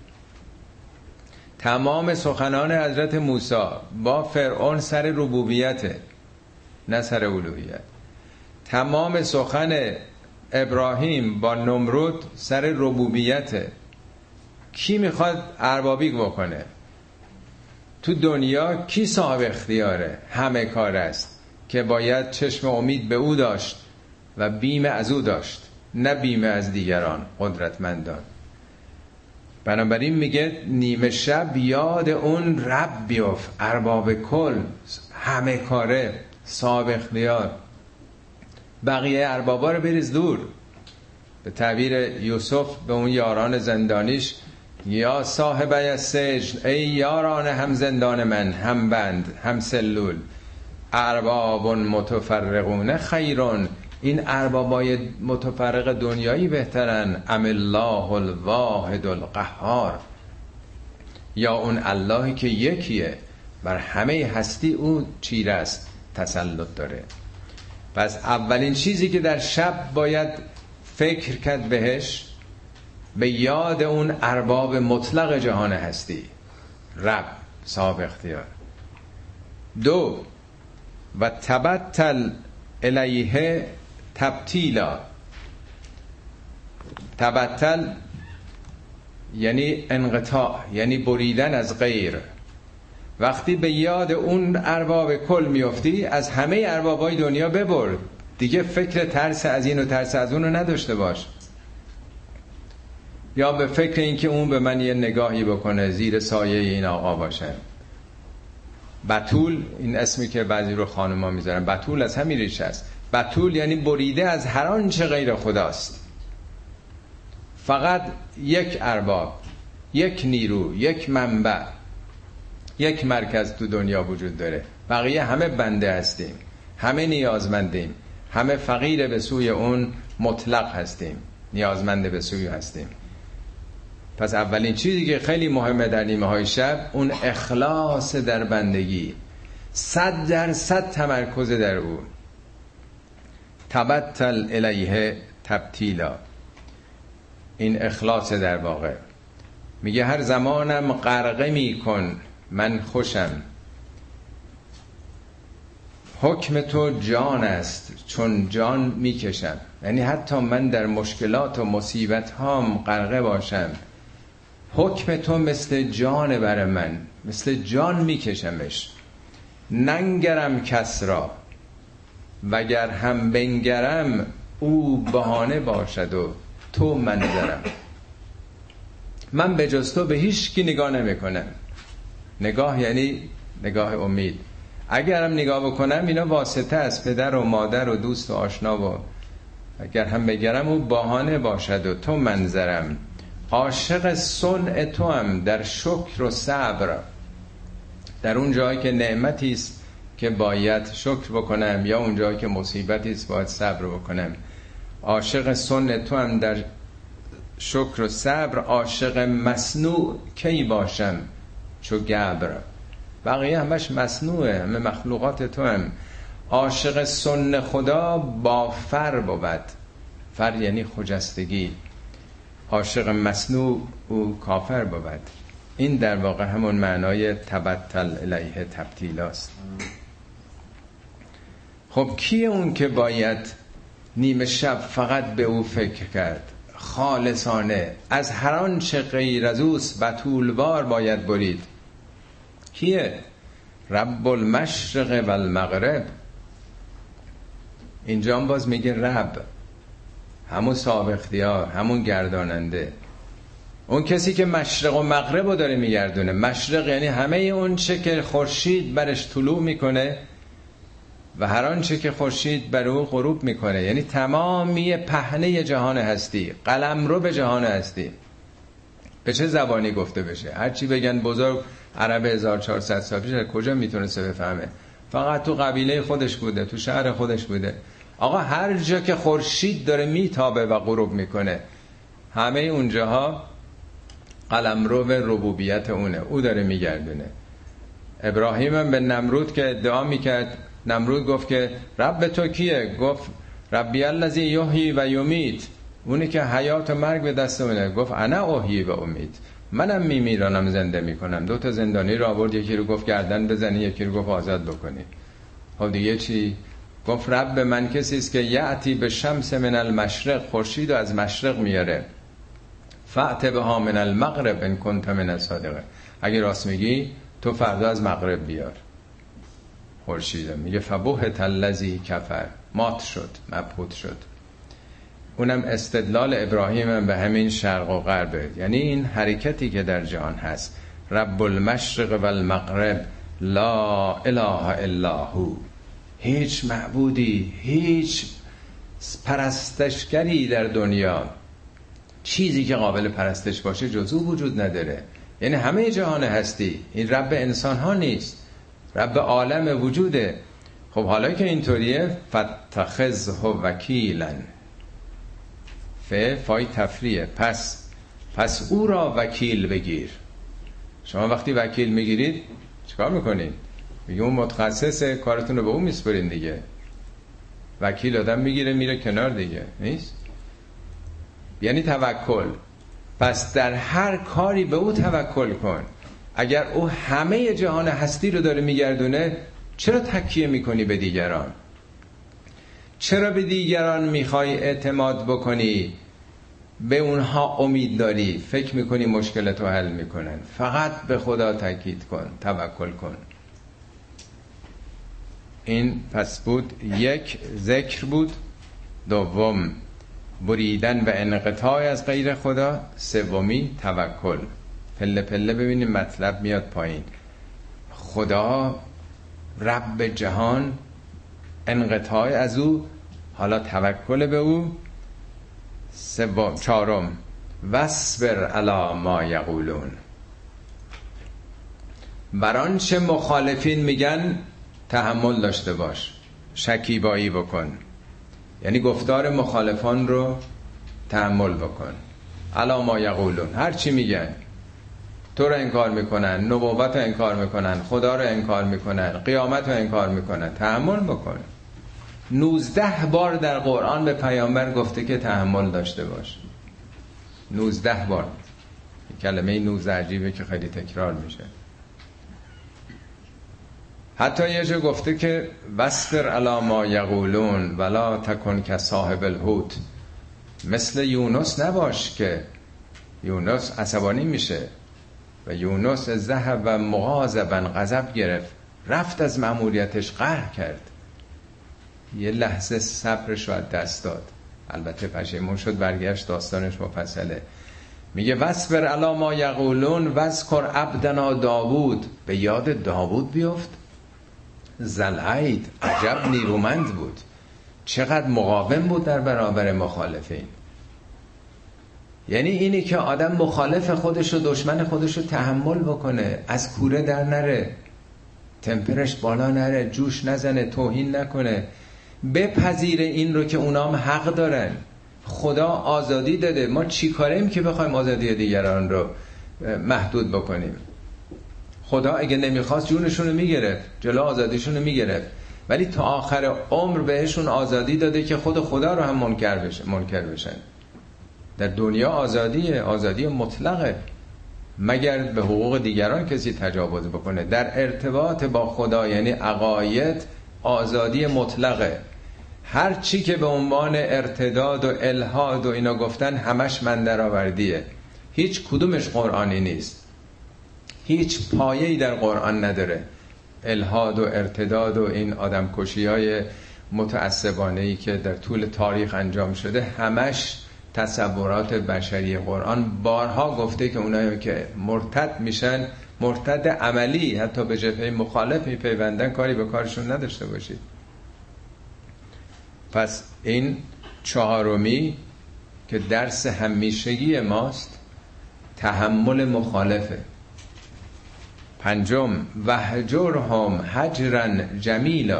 تمام سخنان حضرت موسی با فرعون سر ربوبیت نه سر الوهیت. تمام سخن ابراهیم با نمرود سر ربوبیت. کی میخواد اربابی بکنه تو دنیا؟ کی صاحب اختیاره؟ همه کار است که باید چشم امید به او داشت و بیم از او داشت، نه بیم از دیگران قدرتمندان. بنابراین میگه نیمه شب یاد اون رب بیفت، ارباب کل، همه کاره، صاحب اختیار. بقیه اربابا رو بریز دور. به تعبیر یوسف به اون یاران زندانیش، یا صاحبی السجن، ای یاران هم زندان من، هم بند هم سلول، ارباب متفرقون خیرون، این اربابای متفرق دنیایی بهترن ام الله الواحد القهار، یا اون اللهی که یکیه بر همه هستی او چیره است، تسلط داره. پس اولین چیزی که در شب باید فکر کرد بهش، به یاد اون ارباب مطلق جهان هستی، رب صاحب اختیار. دو، و تبتل الیه تبتیلا. تبتل یعنی انقطاع، یعنی بریدن از غیر. وقتی به یاد اون ارباب کل میفتی، از همه اربابای دنیا ببر دیگه، فکر ترس از این و ترس از اون رو نداشته باش، یا به فکر این که اون به من یه نگاهی بکنه، زیر سایه این آقا باشه. بتول، این اسمی که بعضی رو خانوما میذارن، بتول از همین ریشه است. بتول یعنی بریده از هر آنچه غیر خداست. فقط یک ارباب، یک نیرو، یک منبع، یک مرکز تو دنیا وجود داره. بقیه همه بنده هستیم، همه نیازمندیم، همه فقیر به سوی اون مطلق هستیم، نیازمند به سوی هستیم. پس اولین چیزی که خیلی مهمه در نیمه های شب، اون اخلاص در بندگی، صد درصد تمرکز در او. تبتل الیه تبتیلا، این اخلاص در واقع. میگه هر زمانم غرقه میکن من خوشم، حکم تو جان است چون جان میکشم. یعنی حتی من در مشکلات و مصیبت هام غرقه باشم، حکم تو مثل جان بر من، مثل جان میکشمش. ننگرم کس را وگر هم بنگرم، او بهانه باشد و تو منظرم. من به جز تو به هیچ کی نگاه نمی کنم. نگاه یعنی نگاه امید. اگرم نگاه بکنم اینا واسطه از پدر و مادر و دوست و آشنا، و اگر هم بگرم او بهانه باشد و تو منظرم. عاشق صنع تو هم در شکر و صبر، در اون جایی که نعمتی است که باید شکر بکنم، یا اون جایی که مصیبتی است باید صبر بکنم. عاشق صنع تو هم در شکر و صبر، عاشق مصنوع کی باشم چو گبر. بقیه همش مصنوعه، همه مخلوقات تو هم. عاشق صنع خدا با فر بود، فر یعنی خجستگی. عاشق مصنوع او کافر بود. این در واقع همون معنای تبتل الیه تبتیلاست. خب کیه اون که باید نیمه شب فقط به او فکر کرد، خالصانه، از هر آنچه غیر از اوست بتولوار باید برید؟ کیه؟ رب المشرق و المغرب. اینجا هم باز میگه رب، همون صاحب اختیار، همون گرداننده، اون کسی که مشرق و مغرب رو داره میگردونه. مشرق یعنی همه اون چه که خورشید برش طلوع میکنه و هر آنچه که خورشید بر او غروب میکنه، یعنی تمامی پهنه جهان هستی، قلمرو به جهان هستی. به چه زبانی گفته بشه؟ هرچی بگن بزرگ عرب هزار و چهارصد سال پیش کجا میتونسته بفهمه؟ فقط تو قبیله خودش بوده، تو شهر خودش بوده. آقا هر جا که خورشید داره میتابه و غروب میکنه، همه اونجاها قلمرو ربوبیت اونه، او داره میگردونه. ابراهیم هم به نمرود که ادعا میکرد، نمرود گفت که رب تو کیه؟ گفت ربی الذی یحیی و یمیت، اونی که حیات و مرگ به دست اونه. گفت انا احیی و امیت، منم میمیرانم زنده میکنم. دو تا زندانی رو آورد، یکی رو گفت گردن بزنی، یکی رو گفت آزاد بکنی. خب دیگه چی؟ گفت رب من کسی است که یأتی به شمس من المشرق، خورشید رو از مشرق میاره، فأت بها من المغرب ان کنت من الصادقین، اگه راست میگی تو فردا از مغرب بیار خورشید. میگه فبهت الذی کفر، مات شد، مبهوت شد. اونم استدلال ابراهیم به همین شرق و غربه، یعنی این حرکتی که در جهان هست، رب المشرق و المغرب لا اله الا هو، هیچ معبودی، هیچ پرستشگری در دنیا، چیزی که قابل پرستش باشه جز او وجود نداره. یعنی همه جهان هستی، این رب انسان ها نیست، رب عالم وجوده. خب حالا که اینطوریه، فتخذه وکیلا، ف فای تفریه، پس پس او را وکیل بگیر. شما وقتی وکیل میگیرید چیکار میکنید؟ میگه اون متخصصه، کارتون رو به اون میسپرین دیگه. وکیل آدم میگیره میره کنار دیگه، نیست؟ یعنی توکل. پس در هر کاری به او توکل کن. اگر او همه جهان هستی رو داره میگردونه، چرا تکیه میکنی به دیگران؟ چرا به دیگران میخوای اعتماد بکنی؟ به اونها امید داری، فکر میکنی مشکلتو حل میکنن؟ فقط به خدا تاکید کن، توکل کن. این پس بود، یک ذکر بود، دوم بریدن و انقطاع از غیر خدا، سومی توکل. پله پله ببینیم مطلب میاد پایین. خدا رب جهان، انقطاع از او، حالا توکل به او. سوم چهارم واصبر علی ما یقولون، بر آنچه مخالفین میگن تحمل داشته باش، شکیبایی بکن. یعنی گفتار مخالفان رو تحمل بکن. علی ما یقولون، هر چی میگن، تو رو انکار میکنن، نبوت رو انکار میکنن، خدا رو انکار میکنن، قیامت رو انکار میکنن، تحمل بکن. نوزده بار در قرآن به پیامبر گفته که تحمل داشته باش. نوزده بار. کلمه نوزده عجیبه که خیلی تکرار میشه. حتی یه جا گفته که واصبر علی ما یقولون ولا تکن کصاحب الحوت، مثل یونس نباش که یونس عصبانی میشه و یونس ذهب و مغاضبا، غضب گرفت، رفت از مأموریتش، قهر کرد، یه لحظه صبرش رو از دست داد، البته پشیمون شد، برگشت، داستانش مفصله. میگه واصبر علی ما یقولون واذکر عبدنا داوود، به یاد داوود بیفت، ذوالعید، عجب نیرومند بود، چقدر مقاوم بود در برابر مخالفین. یعنی اینی که آدم مخالف خودش و دشمن خودش رو تحمل بکنه، از کوره در نره، تمپرش بالا نره، جوش نزنه، توهین نکنه، بپذیره این رو که اونام حق دارن. خدا آزادی داده، ما چی کاریم که بخوایم آزادی دیگران رو محدود بکنیم؟ خدا اگه نمیخواست جونشون رو میگرفت، جلو آزادیشون رو میگرفت، ولی تا آخر عمر بهشون آزادی داده که خود خدا رو هم منکر بشن. منکر بشن. در دنیا آزادیه، آزادی مطلقه، مگر به حقوق دیگران کسی تجاوز بکنه. در ارتباط با خدا یعنی عقاید، آزادی مطلقه. هر چی که به عنوان ارتداد و الحاد و اینا گفتن، همش من درآوردیه، هیچ کدومش قرآنی نیست، هیچ پایه‌ای در قرآن نداره. الحاد و ارتداد و این آدمکشی‌های متعصبانه‌ای که در طول تاریخ انجام شده، همش تصورات بشری. قرآن بارها گفته که اونایی که مرتد میشن، مرتد عملی، حتی به جبهه مخالف میپیوندن، کاری به کارشون نداشته باشید. پس این چهارمی که درس همیشگی ماست، تحمل مخالفه. پنجم وهجرهم هجرا جمیلا.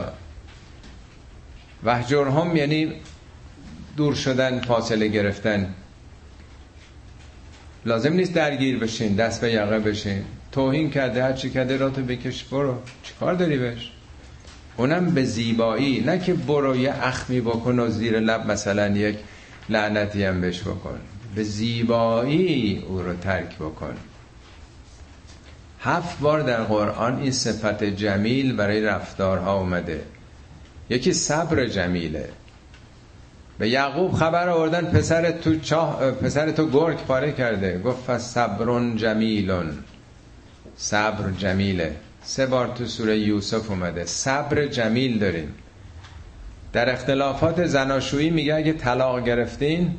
وهجرهم یعنی دور شدن، فاصله گرفتن. لازم نیست درگیر بشین، دست به یقه بشین. توهین کرده، هر چی کرده راتو بکش برو، چیکار داری بهش؟ اونم به زیبایی، نه که برو یه اخمی بکن و زیر لب مثلا یک لعنتی هم بهش بکن. به زیبایی او رو ترک بکن. هفت بار در قرآن این صفت جمیل برای رفتارها اومده. یکی صبر جمیله. به یعقوب خبر آوردن پسر تو چاه، پسر تو گرگ پاره کرده، گفت صبر جمیلون، صبر جمیله. سه بار تو سوره یوسف اومده صبر جمیل داریم. در اختلافات زناشویی میگه اگه طلاق گرفتین،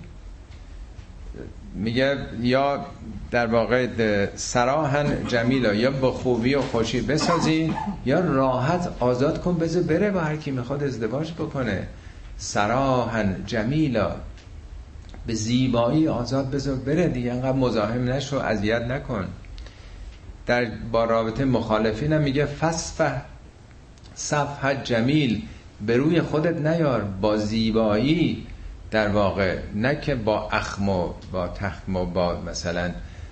میگه یا در واقع سراحن جمیلا، یا با خوبی و خوشی بسازین یا راحت آزاد کن بذار بره با هر کی میخواد ازدواج بکنه. سراحن جمیلا، به زیبایی آزاد بذار بره دیگه، انقدر مزاحم نشو، اذیت نکن. در با رابطه مخالفین هم میگه فصفح صفح جمیل، به روی خودت نیار، با زیبایی در واقع، نه که با اخم و با تخم و با مثلا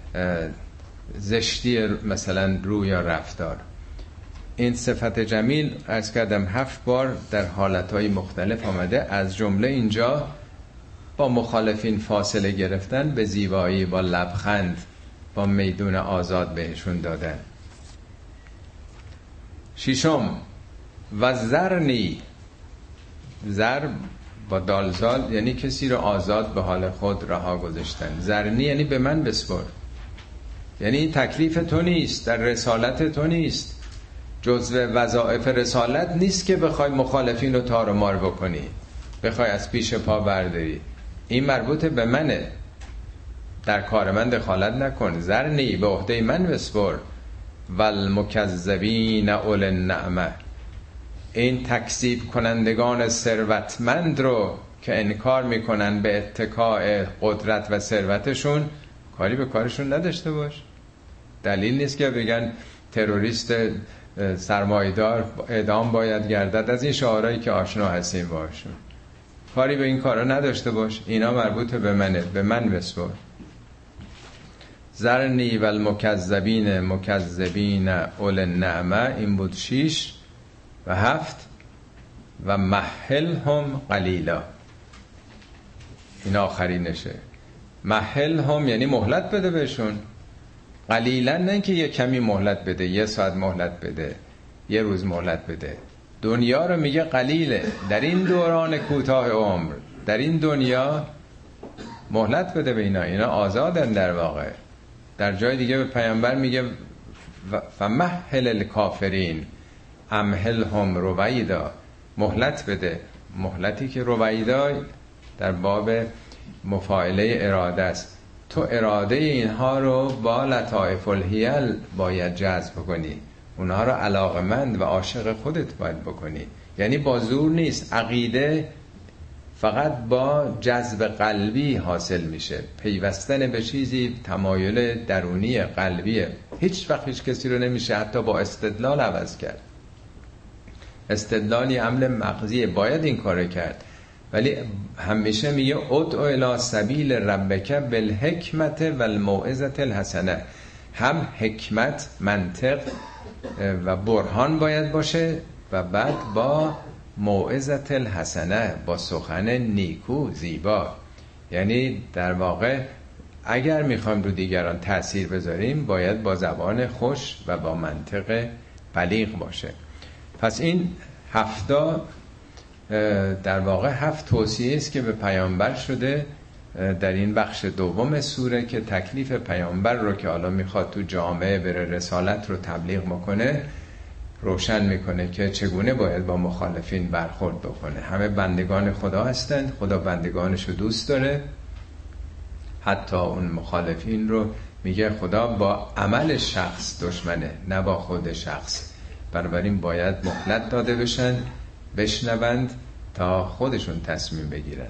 زشتی مثلا روی یا رفتار. این صفت جمیل عرض کردم هفت بار در حالتهای مختلف آمده، از جمله اینجا با مخالفین فاصله گرفتن، به زیبایی، با لبخند، با میدون آزاد بهشون دادن. ششم و زرنی، زر با دالزال یعنی کسی رو آزاد به حال خود رها گذاشتن. زرنی یعنی به من بسپر، یعنی این تکلیف تو نیست، در رسالت تو نیست، جزو وظایف رسالت نیست که بخوای مخالفین رو تار و مار بکنی، بخوای از پیش پا برداری. این مربوط به منه، در کار من دخالت نکن. زرنی، به عهده من بسپر. والمکذبین اول النعمه، این تکذیب کنندگان ثروتمند رو که انکار میکنن به اتکاء قدرت و ثروتشون، کاری به کارشون نداشته باش. دلیل نیست که بگن تروریست سرمایه‌دار اعدام باید گردد، از این شعارهایی که آشنا هستیم باشون. کاری به این کارا نداشته باش، اینا مربوط به منه، به من بسپر. ذرنی و المکذبین مکذبین اول النعمه، این بود شیش. و هفت و مهلهم قلیلا، این آخرینشه. مهلهم یعنی مهلت بده بهشون، قلیلا نه که یه کمی مهلت بده، یه ساعت مهلت بده، یه روز مهلت بده. دنیا رو میگه قلیله، در این دوران کوتاه عمر، در این دنیا مهلت بده به اینا، اینا آزادن در واقع. در جای دیگه به پیامبر میگه فمهل الکافرین امهلهم رویدا، مهلت بده. مهلتی که رویدا در باب مفاعله اراده است. تو اراده اینها رو با لطائف الحیل باید جذب کنی، اونها رو علاقمند و عاشق خودت باید بکنی. یعنی با زور نیست، عقیده فقط با جذب قلبی حاصل میشه، پیوستن به چیزی، تمایل درونی قلبیه. هیچ وقت هیچ کسی رو نمیشه حتی با استدلال عوض کرد. استدلالی عمل مغزیه، باید این کار کرد. ولی همیشه میگه ادعو الی سبیل ربک بالحکمت و الموعظه الحسنه. هم حکمت، منطق و برهان باید باشه و بعد با موعظه الحسنه، با سخن نیکو زیبا. یعنی در واقع اگر میخوایم رو دیگران تأثیر بذاریم باید با زبان خوش و با منطق بلیغ باشه. پس این هفتا در واقع هفت توصیه است که به پیامبر شده در این بخش دوم سوره، که تکلیف پیامبر رو که حالا میخواد تو جامعه بره رسالت رو تبلیغ میکنه، روشن میکنه که چگونه باید با مخالفین برخورد بکنه. همه بندگان خدا هستند، خدا بندگانش رو دوست داره، حتی اون مخالفین رو میگه خدا با عمل شخص دشمنه، نه با خود شخص. بنابراین باید مهلت داده بشن، بشنوند تا خودشون تصمیم بگیرن.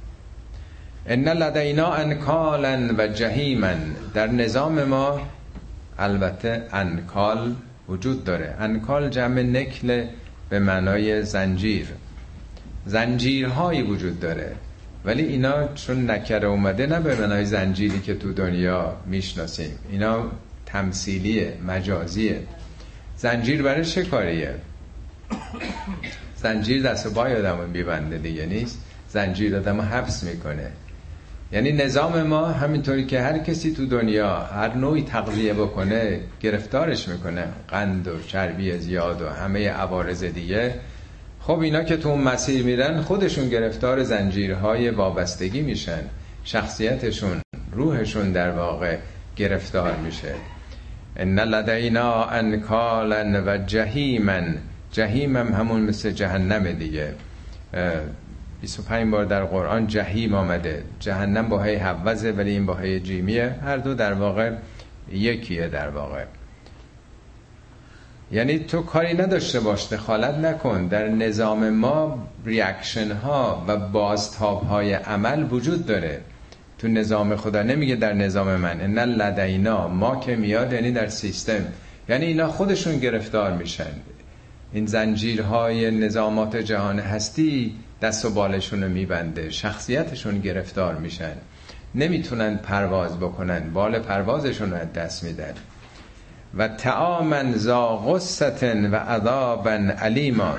ان لدینا انکالا و جهیما، در نظام ما البته انکال وجود داره. انکال جمع نکل به معنای زنجیر، زنجیرهایی وجود داره، ولی اینا چون نکره اومده نه به معنای زنجیری که تو دنیا میشناسیم، اینا تمثیلیه، مجازیه. زنجیر برای چه کاریه؟ زنجیر دست و پای آدمو میبنده دیگه نیست، زنجیر آدمو حبس میکنه. یعنی نظام ما همینطوری که هر کسی تو دنیا هر نوعی تغذیه بکنه گرفتارش میکنه، قند و چربی زیاد و همه عوارض دیگه. خب اینا که تو اون مسیر میرن خودشون گرفتار زنجیرهای وابستگی میشن، شخصیتشون، روحشون در واقع گرفتار میشه. ان لدینا انکالا و جهیما، جهیم هم همون مثل جهنم دیگه. بیست و پنج بار در قرآن جهیم آمده، جهنم با هی حوزه ولی این با هی جیمیه، هر دو در واقع یکیه در واقع. یعنی تو کاری نداشته باش، دخالت نکن. در نظام ما ریاکشن ها و بازتاب های عمل وجود داره. تو نظام خدا نمیگه در نظام من، ان لدینا، ما که میاد یعنی در سیستم، یعنی اینا خودشون گرفتار میشن. این زنجیرهای نظامات جهان هستی دست و بالشون رو میبنده، شخصیتشون گرفتار میشن، نمیتونن پرواز بکنن، بال پروازشون رو دست میدن. و طعاما ذا غصة و عذابا علیما،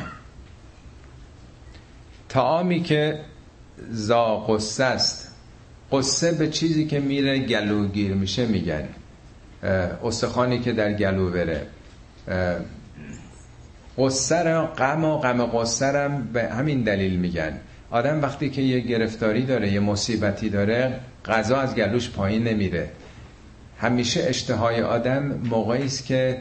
طعامی که ذا غصه است. غصه به چیزی که میره گلوگیر میشه میگن، استخوانی که در گلو بره. غصه را غم و غم غصه را به همین دلیل میگن. آدم وقتی که یه گرفتاری داره، یه مصیبتی داره، غذا از گلوش پایین نمیره. همیشه اشتهای آدم موقعی است که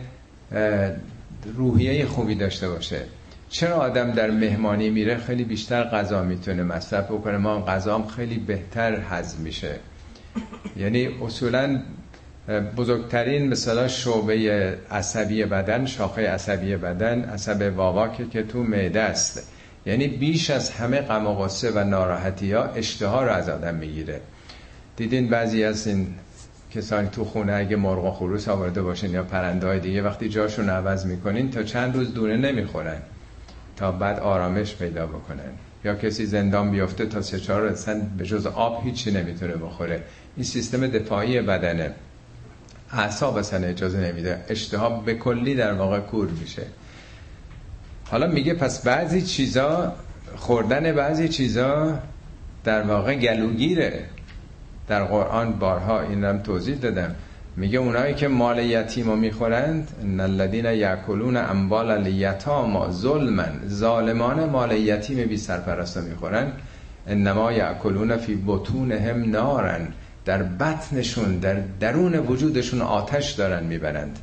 روحیه خوبی داشته باشه. چرا آدم در مهمانی میره خیلی بیشتر غذا میتونه مصرف بکنه، ما غذام خیلی بهتر هضم میشه. یعنی اصولاً بزرگترین مثلا شعبه عصبی بدن، شاخه عصبی بدن عصب واواکه که تو معده است. یعنی بیش از همه غم و غصه و ناراحتی ها اشتها رو از آدم میگیره. دیدین بعضی از این کسانی تو خونه اگه مرغ و خروس آورده باشین یا پرنده های دیگه، وقتی جاشون عوض میکنین تا چند روز دونه نمیخورن تا بعد آرامش پیدا بکنن. یا کسی زندان بیفته تا سه چهار روز به جز آب هیچی نمیتونه بخوره. این سیستم دفاعی بدنه، اعصاب اصلا اجازه نمیده، اشتها به کلی در واقع کور میشه. حالا میگه پس بعضی چیزا، خوردن بعضی چیزا در واقع گلوگیره. در قرآن بارها این هم توضیح دادم. میگه اونایی که مال یتیم رو میخورند، ان الذین یاکلون اموال الیتامی ظلما، ظالمان مال یتیم بی سرپرست رو میخورن، انما یاکلون فی بطونهم نارا، در بطنشون، در درون وجودشون آتش دارن میبرند.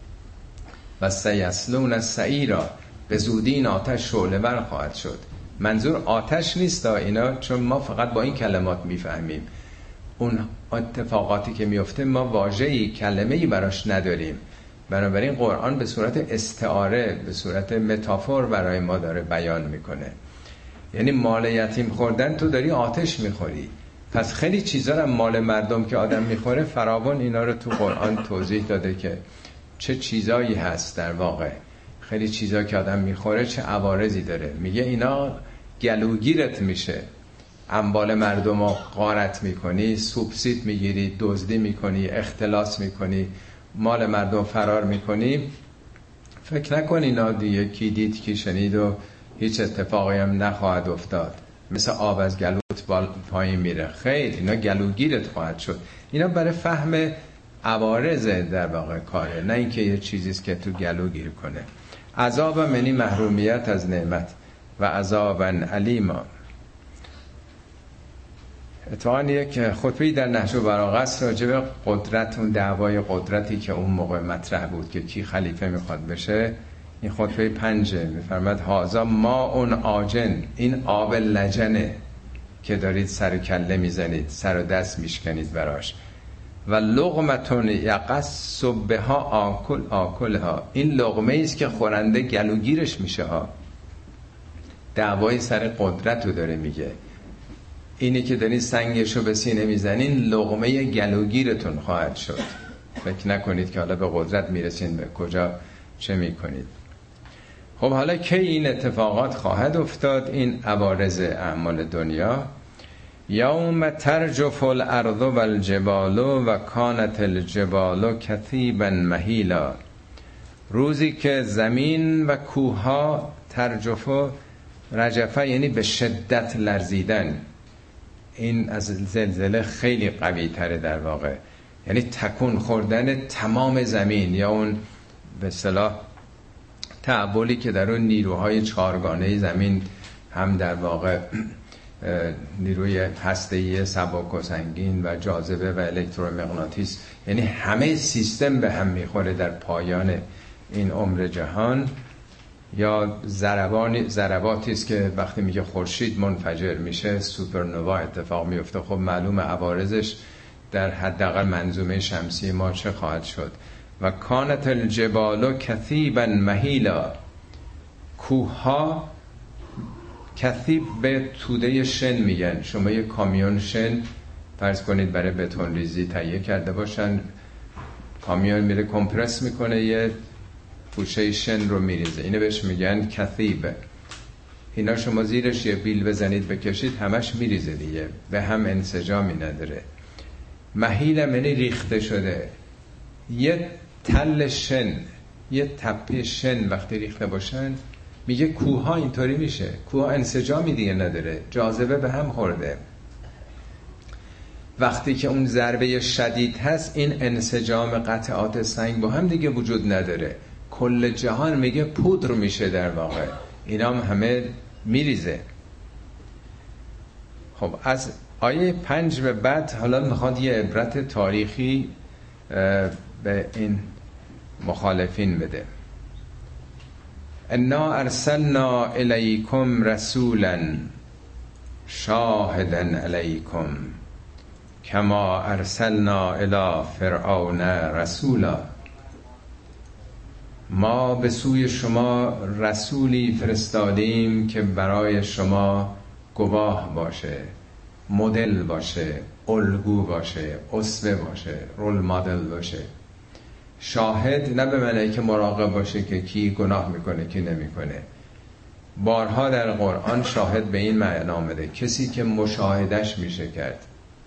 و سیصلون سعیرا، به زودی این آتش شعله ور خواهد شد. منظور آتش نیست اینا، چون ما فقط با این کلمات میفهمیم. اون اتفاقاتی که میفته ما واژه‌ای، کلمه‌ای براش نداریم. بنابراین قرآن به صورت استعاره، به صورت متافور برای ما داره بیان میکنه. یعنی مال یتیم خوردن، تو داری آتش میخوری. پس خیلی چیزا رو مال مردم که آدم میخوره فراوان اینا رو تو قرآن توضیح داده که چه چیزایی هست در واقع. خیلی چیزا که آدم میخوره چه عوارضی داره. میگه اینا گلوگیرت میشه. اموال مردم رو غارت میکنی، سوبسید میگیری، دزدی میکنی، اختلاس میکنی، مال مردم فرار میکنی. فکر نکن اینا دیگه کی دید کی شنید و هیچ اتفاقی هم نخواهد افتاد، مثل آب از گلوت پایین میره. خیر، اینا گلوگیرت خواهد شد. اینا برای فهم عوارض در واقع کاره، نه اینکه یه چیزیست که تو گلو گیر کنه. عذاب منی محرومیت از نعمت و عذابا علیما. اتفاقا یک خطبه‌ای در نهج البلاغه است راجع به قدرت، اون دعوای قدرتی که اون موقع مطرح بود که کی خلیفه میخواد بشه. این خطبه پنجه میفرماد هازا ما اون آجن، این آب لجنه که دارید سر کله میزنید، سر و دست میشکنید براش. و لقمتون یقص بها آکل آکلها، این لقمه ایست که خورنده گلوگیرش میشه ها. دعوای سر قدرت رو داره میگه. اینی که دارین سنگشو به سینه میزنین لقمه گلوگیرتون خواهد شد. فکر نکنید که حالا به قدرت میرسین به کجا چه میکنید؟ خب حالا کی این اتفاقات خواهد افتاد؟ این عوارض اعمال دنیا. یوم ترجف الارض والجبال و کانت الجبال کثیبا مهیلا، روزی که زمین و کوهها ترجف، رجفه یعنی به شدت لرزیدن، این از زلزله خیلی قوی تره در واقع، یعنی تکون خوردن تمام زمین، یا اون به اصطلاح تعاملی که در اون نیروهای چهارگانه زمین، هم در واقع نیروی هسته‌ای سبک و سنگین و جاذبه و الکترومغناطیس، یعنی همه سیستم به هم میخوره در پایان این عمر جهان. یا ضربانی ضرباتی است که وقتی میگه خورشید منفجر میشه، سوپرنوا اتفاق میفته. خب معلومه عوارضش در حداقل منظومه شمسی ما چه خواهد شد. و کانت الجبال کثیبا مهیلا، کوهها کثیب به توده شن میگن. شما یه کامیون شن فرض کنید برای بتون ریزی تهیه کرده باشن، کامیون میره کمپرس میکنه یه پوشه شن رو میریزه، اینو بهش میگن کثیب. اینا شما زیرش یه بیل بزنید بکشید همش میریزه دیگه، به هم انسجامی نداره. مهیل یعنی ریخته شده. یه تل شن، یه تپه شن وقتی ریخته باشن، میگه کوه ها اینطوری میشه. کوه انسجامی دیگه نداره، جاذبه به هم خورده. وقتی که اون ضربه شدید هست، این انسجام قطعات سنگ با هم دیگه وجود نداره، کل جهان میگه پودر میشه در واقع، اینا هم همه میریزه. خب از آیه پنج به بعد حالا میخواد یه عبرت تاریخی به این مخالفین بده. انا ارسلنا الیکم رسولا شاهدا علیکم کما ارسلنا الی فرعون رسولا، ما به سوی شما رسولی فرستادیم که برای شما گواه باشه، مدل باشه، الگو باشه، اسوه باشه، رول مدل باشه. شاهد نه به معنی که مراقب باشه که کی گناه میکنه کی نمیکنه. بارها در قرآن شاهد به این معنی آمده، کسی که مشاهدش میشه کرد.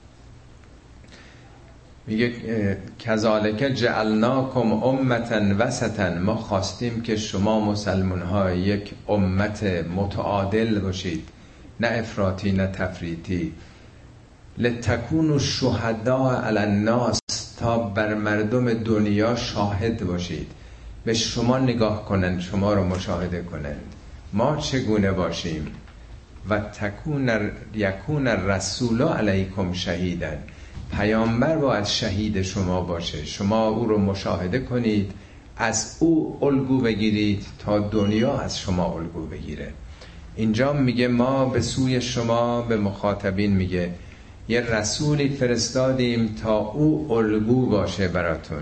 میگه کذالک جعلناکم امة وسطا، ما خواستیم که شما مسلمان ها یک امت متعادل باشید، نه افراطی نه تفریطی. لتکونوا شهداء علی الناس، تا بر مردم دنیا شاهد باشید، به شما نگاه کنند، شما رو مشاهده کنند ما چگونه باشیم. و تکون یکون الرسول علیکم شهیدا، پیامبر باید شهید شما باشه، شما او رو مشاهده کنید، از او الگو بگیرید تا دنیا از شما الگو بگیره. اینجا میگه ما به سوی شما، به مخاطبین میگه یه رسولی فرستادیم تا او الگو باشه براتون.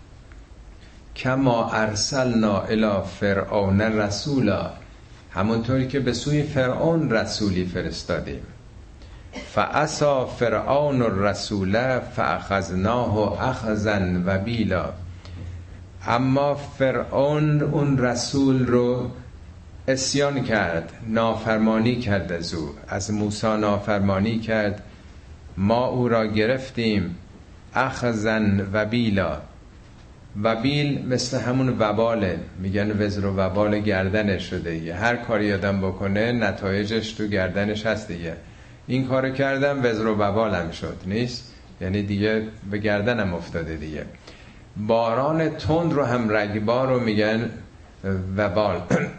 کما ارسلنا الی فرعون رسولا، همونطوری که به سوی فرعون رسولی فرستادیم. فعصا فرعون الرسول فاخذناه اخذا وبیلا، اما فرعون اون رسول رو عصیان کرد، نافرمانی کرد، از او از موسی نافرمانی کرد، ما او را گرفتیم اخذا وبیلا. وبیل مثل همون وباله، میگن وزر و وبال گردنش شده دیگه، هر کاری آدم بکنه نتایجش تو گردنش هست دیگه. این کارو کردم وزر و وبالم شد، نیست یعنی دیگه به گردنم افتاده دیگه. باران تند رو هم رگبار رو میگن وبال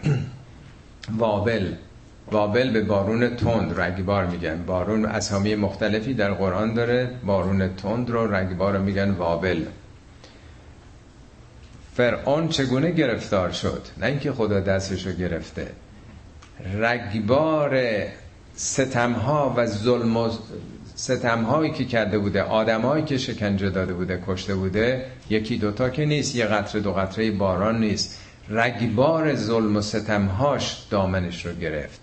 وابل، وابل به بارون تند رگبار میگن. بارون اسامی مختلفی در قرآن داره، بارون تند رو رگبار رو میگن وابل. فرعون چگونه گرفتار شد؟ نه اینکه خدا دستشو گرفته، رگبار ستمها و ظلم و ستمهایی که کرده بوده، آدمایی که شکنجه داده بوده، کشته بوده، یکی دوتا که نیست، یه قطره دو قطره باران نیست، رگبار ظلم و ستمهاش دامنش رو گرفت.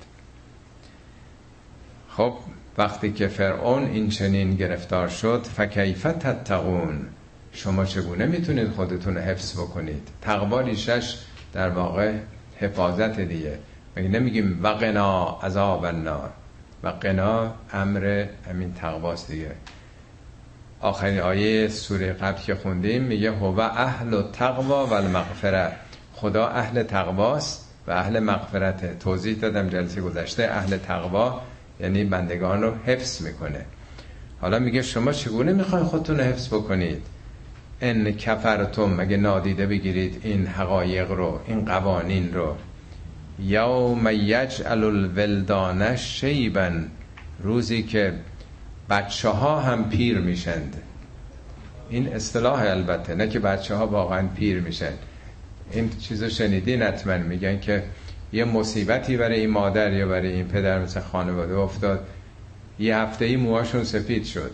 خب وقتی که فرعون این چنین گرفتار شد، فکیف تتقون، شما چگونه میتونید خودتون حفظ بکنید؟ تقوا ریشش در واقع حفاظت دیگه. مگه نمیگیم وقنا عذاب النار؟ و قنا امر همین تقواست دیگه. آخرین آیه سوره قبل که خوندیم میگه هو اهل التقوا و المغفره، خدا اهل تقواست و اهل مغفرته. توضیح دادم جلسه گذشته، اهل تقوا یعنی بندگان رو حفظ میکنه. حالا میگه شما چگونه میخواین خودتون رو حفظ بکنید؟ ان کفرتم، مگه نادیده بگیرید این حقایق رو، این قوانین رو. یوم یجعل الولدان شیبا، روزی که بچه ها هم پیر میشند. این اصطلاح البته، نه که بچه ها واقعا پیر میشن. این چیزو شنیدین حتما، میگن که یه مصیبتی برای این مادر یا برای این پدر مثل خانواده افتاد، یه هفته ای موهاشون سفید شد،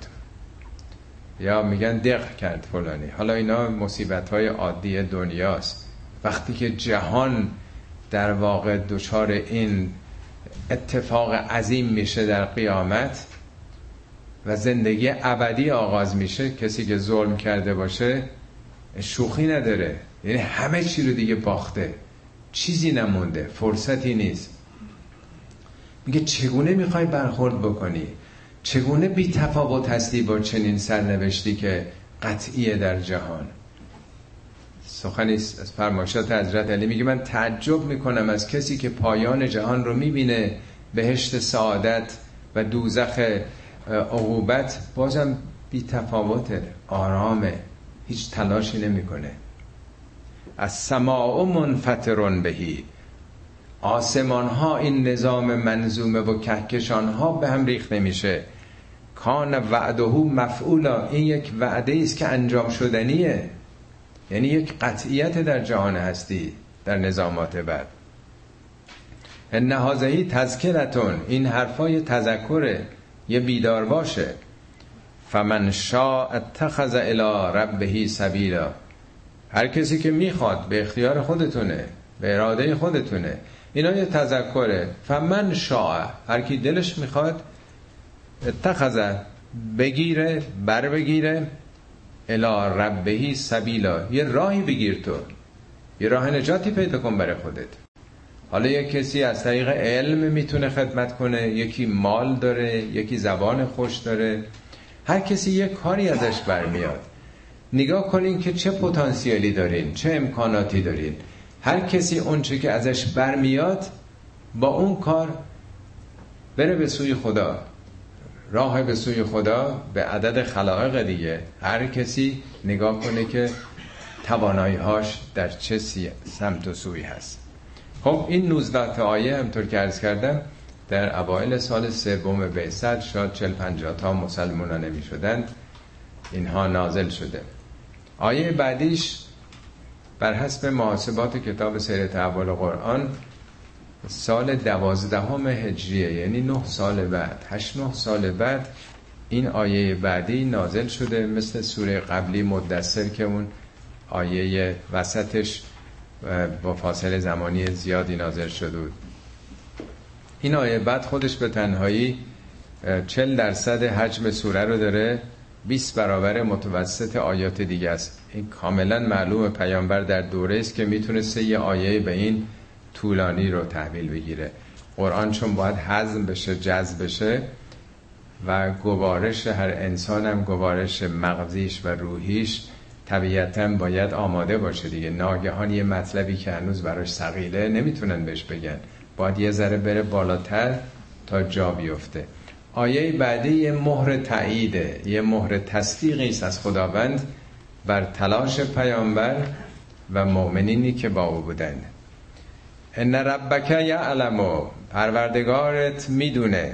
یا میگن دق کرد فلانی. حالا اینا مصیبت های عادی دنیاست. وقتی که جهان در واقع دچار این اتفاق عظیم میشه در قیامت و زندگی ابدی آغاز میشه، کسی که ظلم کرده باشه شوخی نداره، یعنی همه چی رو دیگه باخته، چیزی نمونده، فرصتی نیست. میگه چگونه میخوای برخورد بکنی؟ چگونه بی تفاوت هستی با چنین سرنوشتی که قطعیه در جهان؟ سخنی از فرمایشات حضرت علی میگه من تعجب میکنم از کسی که پایان جهان رو میبینه، بهشت سعادت و دوزخ عقوبت، بازم بی تفاوته، آرامه، هیچ تلاشی نمیکنه. السماء منفطر بهی، آسمان ها این نظام منظومه و کهکشان ها به هم ریخته میشه. کان وعده مفعولا، این یک وعده است که انجام شدنیه، یعنی یک قطعیت در جهان هستی، در نظامات بعد. ان هذه تذکرتون، این حرفای تذکره، یه بیدار باشه. فمن شاء اتخذ الی ربه سبیلا، هر کسی که میخواد، به اختیار خودتونه، به اراده خودتونه. اینا یه تذکره. فمن شاء، هر کی دلش میخواد، اتخذ، بگیره، بر بگیره، الی ربه سبیلا، یه راهی بگیر، تو یه راه نجاتی پیدا کن برای خودت. حالا یک کسی از طریق علم میتونه خدمت کنه، یکی مال داره، یکی زبان خوش داره، هر کسی یک کاری ازش برمیاد. نگاه کنین که چه پتانسیلی دارین، چه امکاناتی دارین. هر کسی اون چه که ازش برمیاد با اون کار بره به سوی خدا. راه به سوی خدا به عدد خلائق دیگه. هر کسی نگاه کنه که توانایی‌هاش در چه سمت و سوی هست. خب این نوزده تا آیه همطور که عرض کردم در اوایل سال سوم بعثت، شاید چهل پنجاه تا مسلمانان نمی شدند، اینها نازل شده. آیه بعدیش بر حسب محاسبات کتاب سیر تحول قرآن سال دوازدهم هجریه، یعنی نه سال بعد، هشت نه سال بعد این آیه بعدی نازل شده. مثل سوره قبلی مدثر که اون آیه وسطش با فاصله زمانی زیادی نازل شده بود. این آیه بعد خودش به تنهایی چهل درصد حجم سوره رو داره، بیست برابر متوسط آیات دیگه است. این کاملا معلوم پیامبر در دوره است که میتونه سه یه آیه به این طولانی رو تحویل بگیره. قرآن چون باید هضم بشه، جذب بشه و گوارش هر انسان هم گوارش مغزیش و روحیش طبیعتاً باید آماده باشه دیگه. ناگهان یه مطلبی که هنوز براش ثقیله نمیتونن بهش بگن، باید یه ذره بره بالاتر تا جا بیفته. آیه بعدی یه مهر تاییده، یه مهر تصدیقی است از خداوند بر تلاش پیامبر و مؤمنینی که با او بودند. ان ربک یعلم، پروردگارت میدونه.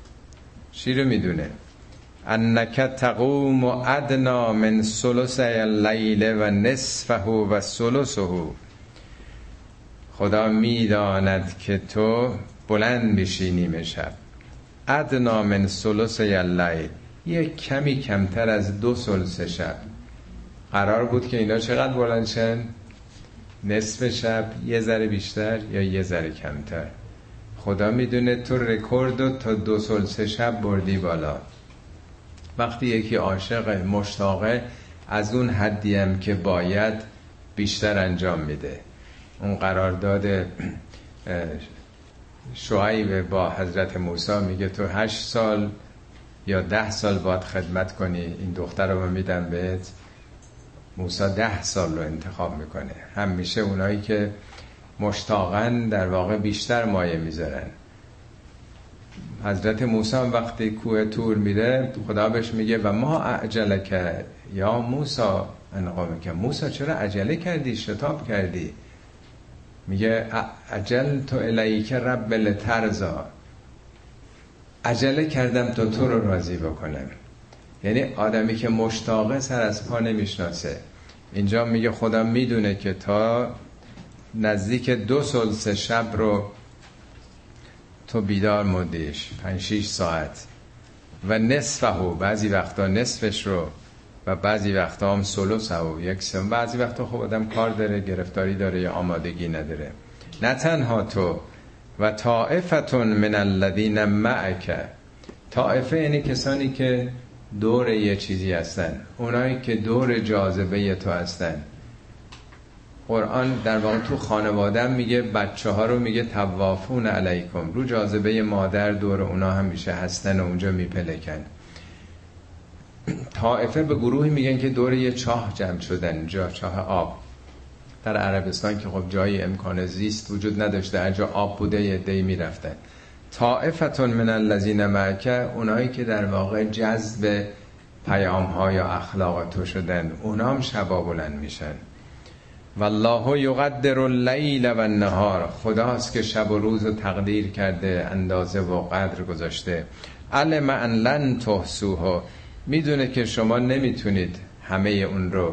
چی رو میدونه؟ انک تقوم ادنا من ثلث اللیل و نصفه و ثلثه، خدا میداند که تو بلند بشی نیمه شب. ادنا من ثلث اللیل، یک کمی کمتر از دو ثلث شب. قرار بود که اینا چقدر بلند شن؟ نصف شب، یه ذره بیشتر یا یه ذره کمتر. خدا میدونه تو رکوردو تا دو ثلث شب بردی بالا. وقتی یکی عاشق مشتاقه از اون حدی هم که باید بیشتر انجام میده. اون قرارداد شعیب با حضرت موسی، میگه تو هشت سال یا ده سال باید خدمت کنی، این دختر رو من میدم بهت. موسی ده سال رو انتخاب میکنه. همیشه اونایی که مشتاقن در واقع بیشتر مایه میذارن. حضرت موسی وقتی کوه تور میره، خدا بهش میگه و ما اعجلک یا موسی انقام که موسی چرا عجله کردی، شتاب کردی؟ میگه عجل تو الیک رب لترضا، عجله کردم تا تو رو راضی بکنم. یعنی آدمی که مشتاقه سر از پا نمیشناسه. اینجا میگه خدا میدونه که تا نزدیک دو ثلث شب رو تو بیدار موندیش، پنج شیش ساعت، و نصفه، بعضی وقتا نصفش رو، و بعضی وقتا هم ثلثه، یک سوم. بعضی وقتا خب آدم کار داره، گرفتاری داره یا آمادگی نداره. نه تنها تو و طائفتون من الذین معک. طائفه یعنی کسانی که دور یه چیزی هستن، اونایی که دور جاذبه تو هستن. قرآن در واقع تو خانواده میگه بچه ها رو میگه طوافون علیکم، رو جاذبه مادر دور اونا همیشه هستن و اونجا میپلکن. طائفه به گروهی میگن که دور یه چاه جمع شدن، جا چاه آب. در عربستان که خب جایی امکان زیست وجود نداشته، هر جا آب بوده یه عده‌ای میرفتن. طائفتون من الذین معک، اونایی که در واقع جذب پیام ها یا اخلاق تو شدن، اونا هم شبا بلند میشن. والله یقدر اللیل و النهار، خداست که شب و روز رو تقدیر کرده، اندازه و قدر گذاشته. علم ان لن تحصوه، میدونه که شما نمیتونید همه اون رو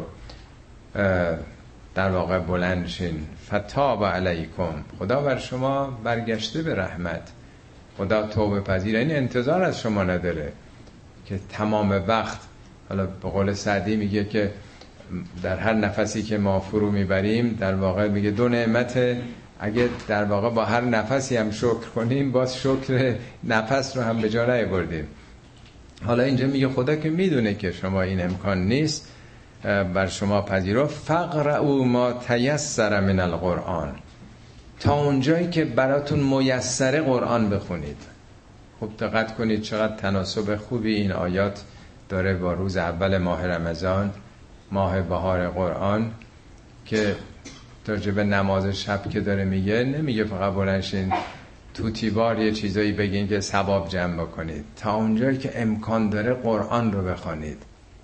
در واقع بلند شین. فتاب علیکم، خدا بر شما برگشته به رحمت. خدا توبه پذیر، این انتظار از شما نداره که تمام وقت، حالا به قول سعدی میگه که در هر نفسی که ما فرو میبریم، در واقع میگه دو نعمت، اگه در واقع با هر نفسی هم شکر کنیم، باز شکر نفس رو هم به جا نیاوردیم. حالا اینجا میگه خدا که میدونه که شما این امکان نیست بر شما پذیرو. فقرؤوا ما تیسر من القرآن، تا اونجایی که براتون میسره قرآن بخونید. خب دقت کنید چقدر تناسب خوبی این آیات داره با روز اول ماه رمضان، ماه بهار قرآن، که راجب نماز شب که داره میگه، نمیگه فقط بلنشین توتی بار یه چیزایی بگین که ثواب جمع بکنید، تا اونجایی که امکان داره قرآن رو بخونید.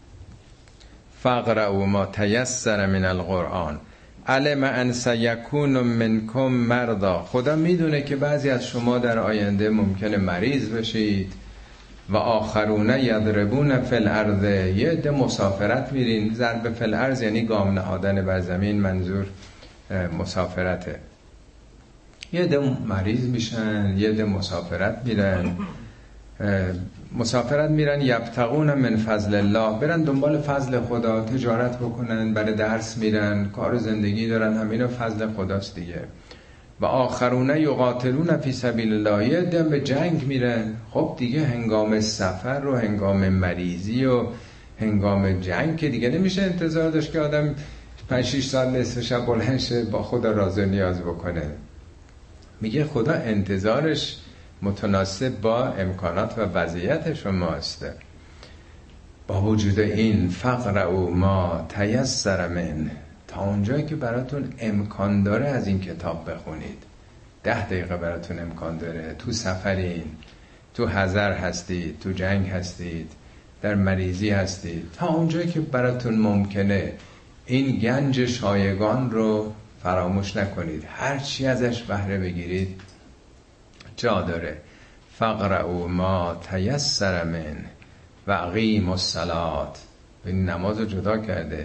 فقرؤوا ما تیسر من القرآن علم ان سیکون منکم مرضی، خدا میدونه که بعضی از شما در آینده ممکنه مریض بشید. و آخرون یضربون فی الارض، یه عده مسافرت میرین. ضرب فی الارض یعنی گام نهادن بر زمین، منظور مسافرته. یه عده مریض میشن، یه عده مسافرت میرن. مسافرت میرن یبتغون من فضل الله، برن دنبال فضل خدا، تجارت بکنن، برای درس میرن، کار زندگی دارن، همینا فضل خداست دیگه. و آخرون یقاتلون فی سبیل الله، یه عده به جنگ میرن. خب دیگه هنگام سفر و هنگام مریضی و هنگام جنگ که دیگه نمیشه انتظار داشت که آدم پنج شش سال نصف شب بلند شه با خدا راز و نیاز بکنه. میگه خدا انتظارش متناسب با امکانات و وضعیت شماست. با وجود این فقرؤوا ما تیسر من، تا اونجایی که براتون امکان داره از این کتاب بخونید. ده دقیقه براتون امکان داره، تو سفرین، تو حضر هستید، تو جنگ هستید، در مریضی هستید، تا اونجایی که براتون ممکنه این گنج شایگان رو فراموش نکنید، هر چی ازش بهره بگیرید جا داره. فقرؤوا ما تیسر من و اقیموا الصلاة، این نماز رو جدا کرده،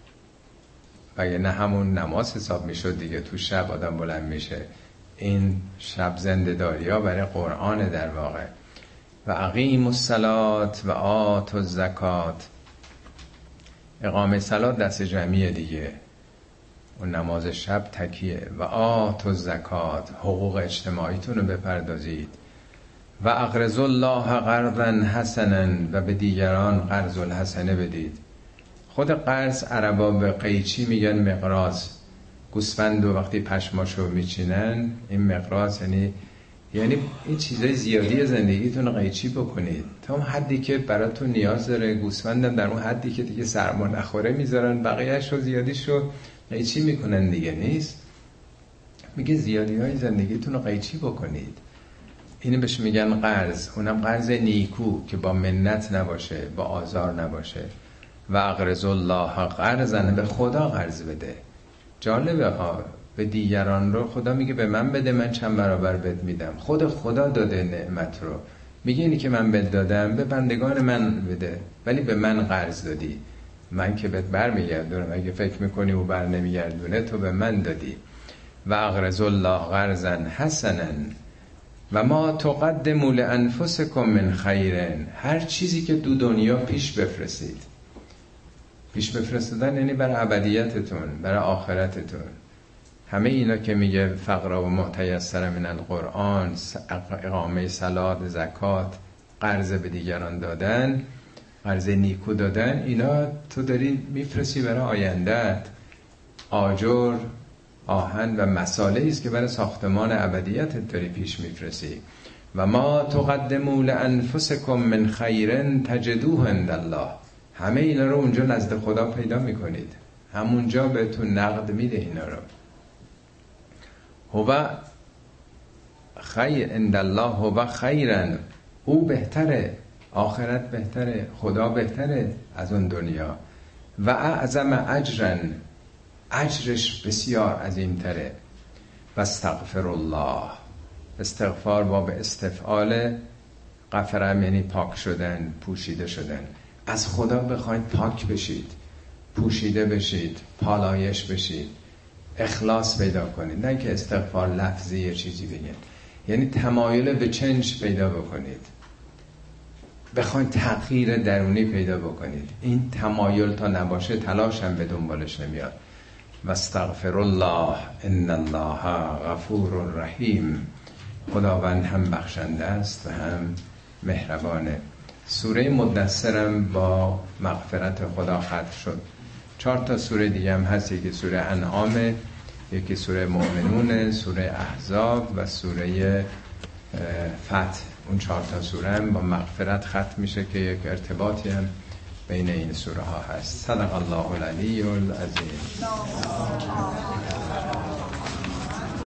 اگه نه همون نماز حساب میشد دیگه. تو شب آدم بلند میشه، این شب زنده داری ها برای قرآن در واقع. و اقیموا الصلاة و آتوا الزکات، اقامه صلات دست جمعیه دیگه، اون نماز شب تکیه. و آتوا الزکات، حقوق اجتماعیتون رو بپردازید. و اقرضوا الله قرضا حسنا، و به دیگران قرض الحسنه بدید. خود قرض عربا به قیچی میگن مقراض، گوسفند و وقتی پشماشو میچینن، این مقراض یعنی یعنی این چیزای زیادی زندگیتون رو قیچی بکنید تا اون حدی که براتون نیاز داره. گوسفندم در اون حدی که دیگه سرما نخوره میذارن، بقیه‌اش رو زیادیشو قیچی میکنن دیگه. نیست، میگه زیادی های زندگیتون رو قیچی بکنید. اینو بهش میگن قرض، اونم قرض نیکو که با منت نباشه، با آزار نباشه. و اقرض الله قرضا، به خدا قرض بده. جالبه ها، به دیگران رو خدا میگه به من بده، من چند برابر بهت میدم. خود خدا داده نعمت رو، میگه اینی که من بهت دادم به بندگان من بده، ولی به من قرض دادی، من که بهت برمیگردونم. اگه فکر میکنی او بر نمیگردونه، تو به من دادی. و اقرض الله قرضا حسنا و ما تقدموا لانفسکم من خیر، هر چیزی که دو دنیا پیش بفرستید. پیش بفرستادن یعنی برای ابدیتتون، برای آخرتتون. همه اینا که میگه فقرا و ما تیسر من القرآن، اقامه صلات، زکات، قرض به دیگران دادن، قرض نیکو دادن، اینا تو داری میفرستی برای آیندت. آجر، آهن و مساله است که برای ساختمان ابدیتت داری پیش میفرستی. و ما تقدموا لانفسکم من خیر تجدوه عند الله، همه اینا رو اونجا نزد خدا پیدا میکنید، همونجا بهتون نقد میده اینا رو. هو خیر عند الله، هو خیرن، او بهتره، آخرت بهتره، خدا بهتره از اون دنیا. و اعظم اجرن، اجرش بسیار عظیمتره. و استغفر الله، استغفار باب استفعال، غفرم یعنی پاک شدن، پوشیده شدن. از خدا بخواید پاک بشید، پوشیده بشید، پالایش بشید، اخلاص پیدا کنید. نه که استغفار لفظی یه چیزی بگید، یعنی تمایل به چنج پیدا بکنید، بخواید تغییر درونی پیدا بکنید. این تمایل تا نباشه تلاش هم به دنبالش نمیاد. و استغفر الله ان الله غفور رحیم، خداوند هم بخشنده است و هم مهربانه. سوره مدثرم با مغفرت خدا ختم شد. چهار تا سوره دیگه هم هست، یکی سوره انعام، یکی سوره مؤمنون، سوره احزاب و سوره فتح. اون چهار تا سوره هم با مغفرت ختم میشه که یک ارتباطی هم بین این سوره ها هست. صدق الله العلی العظیم.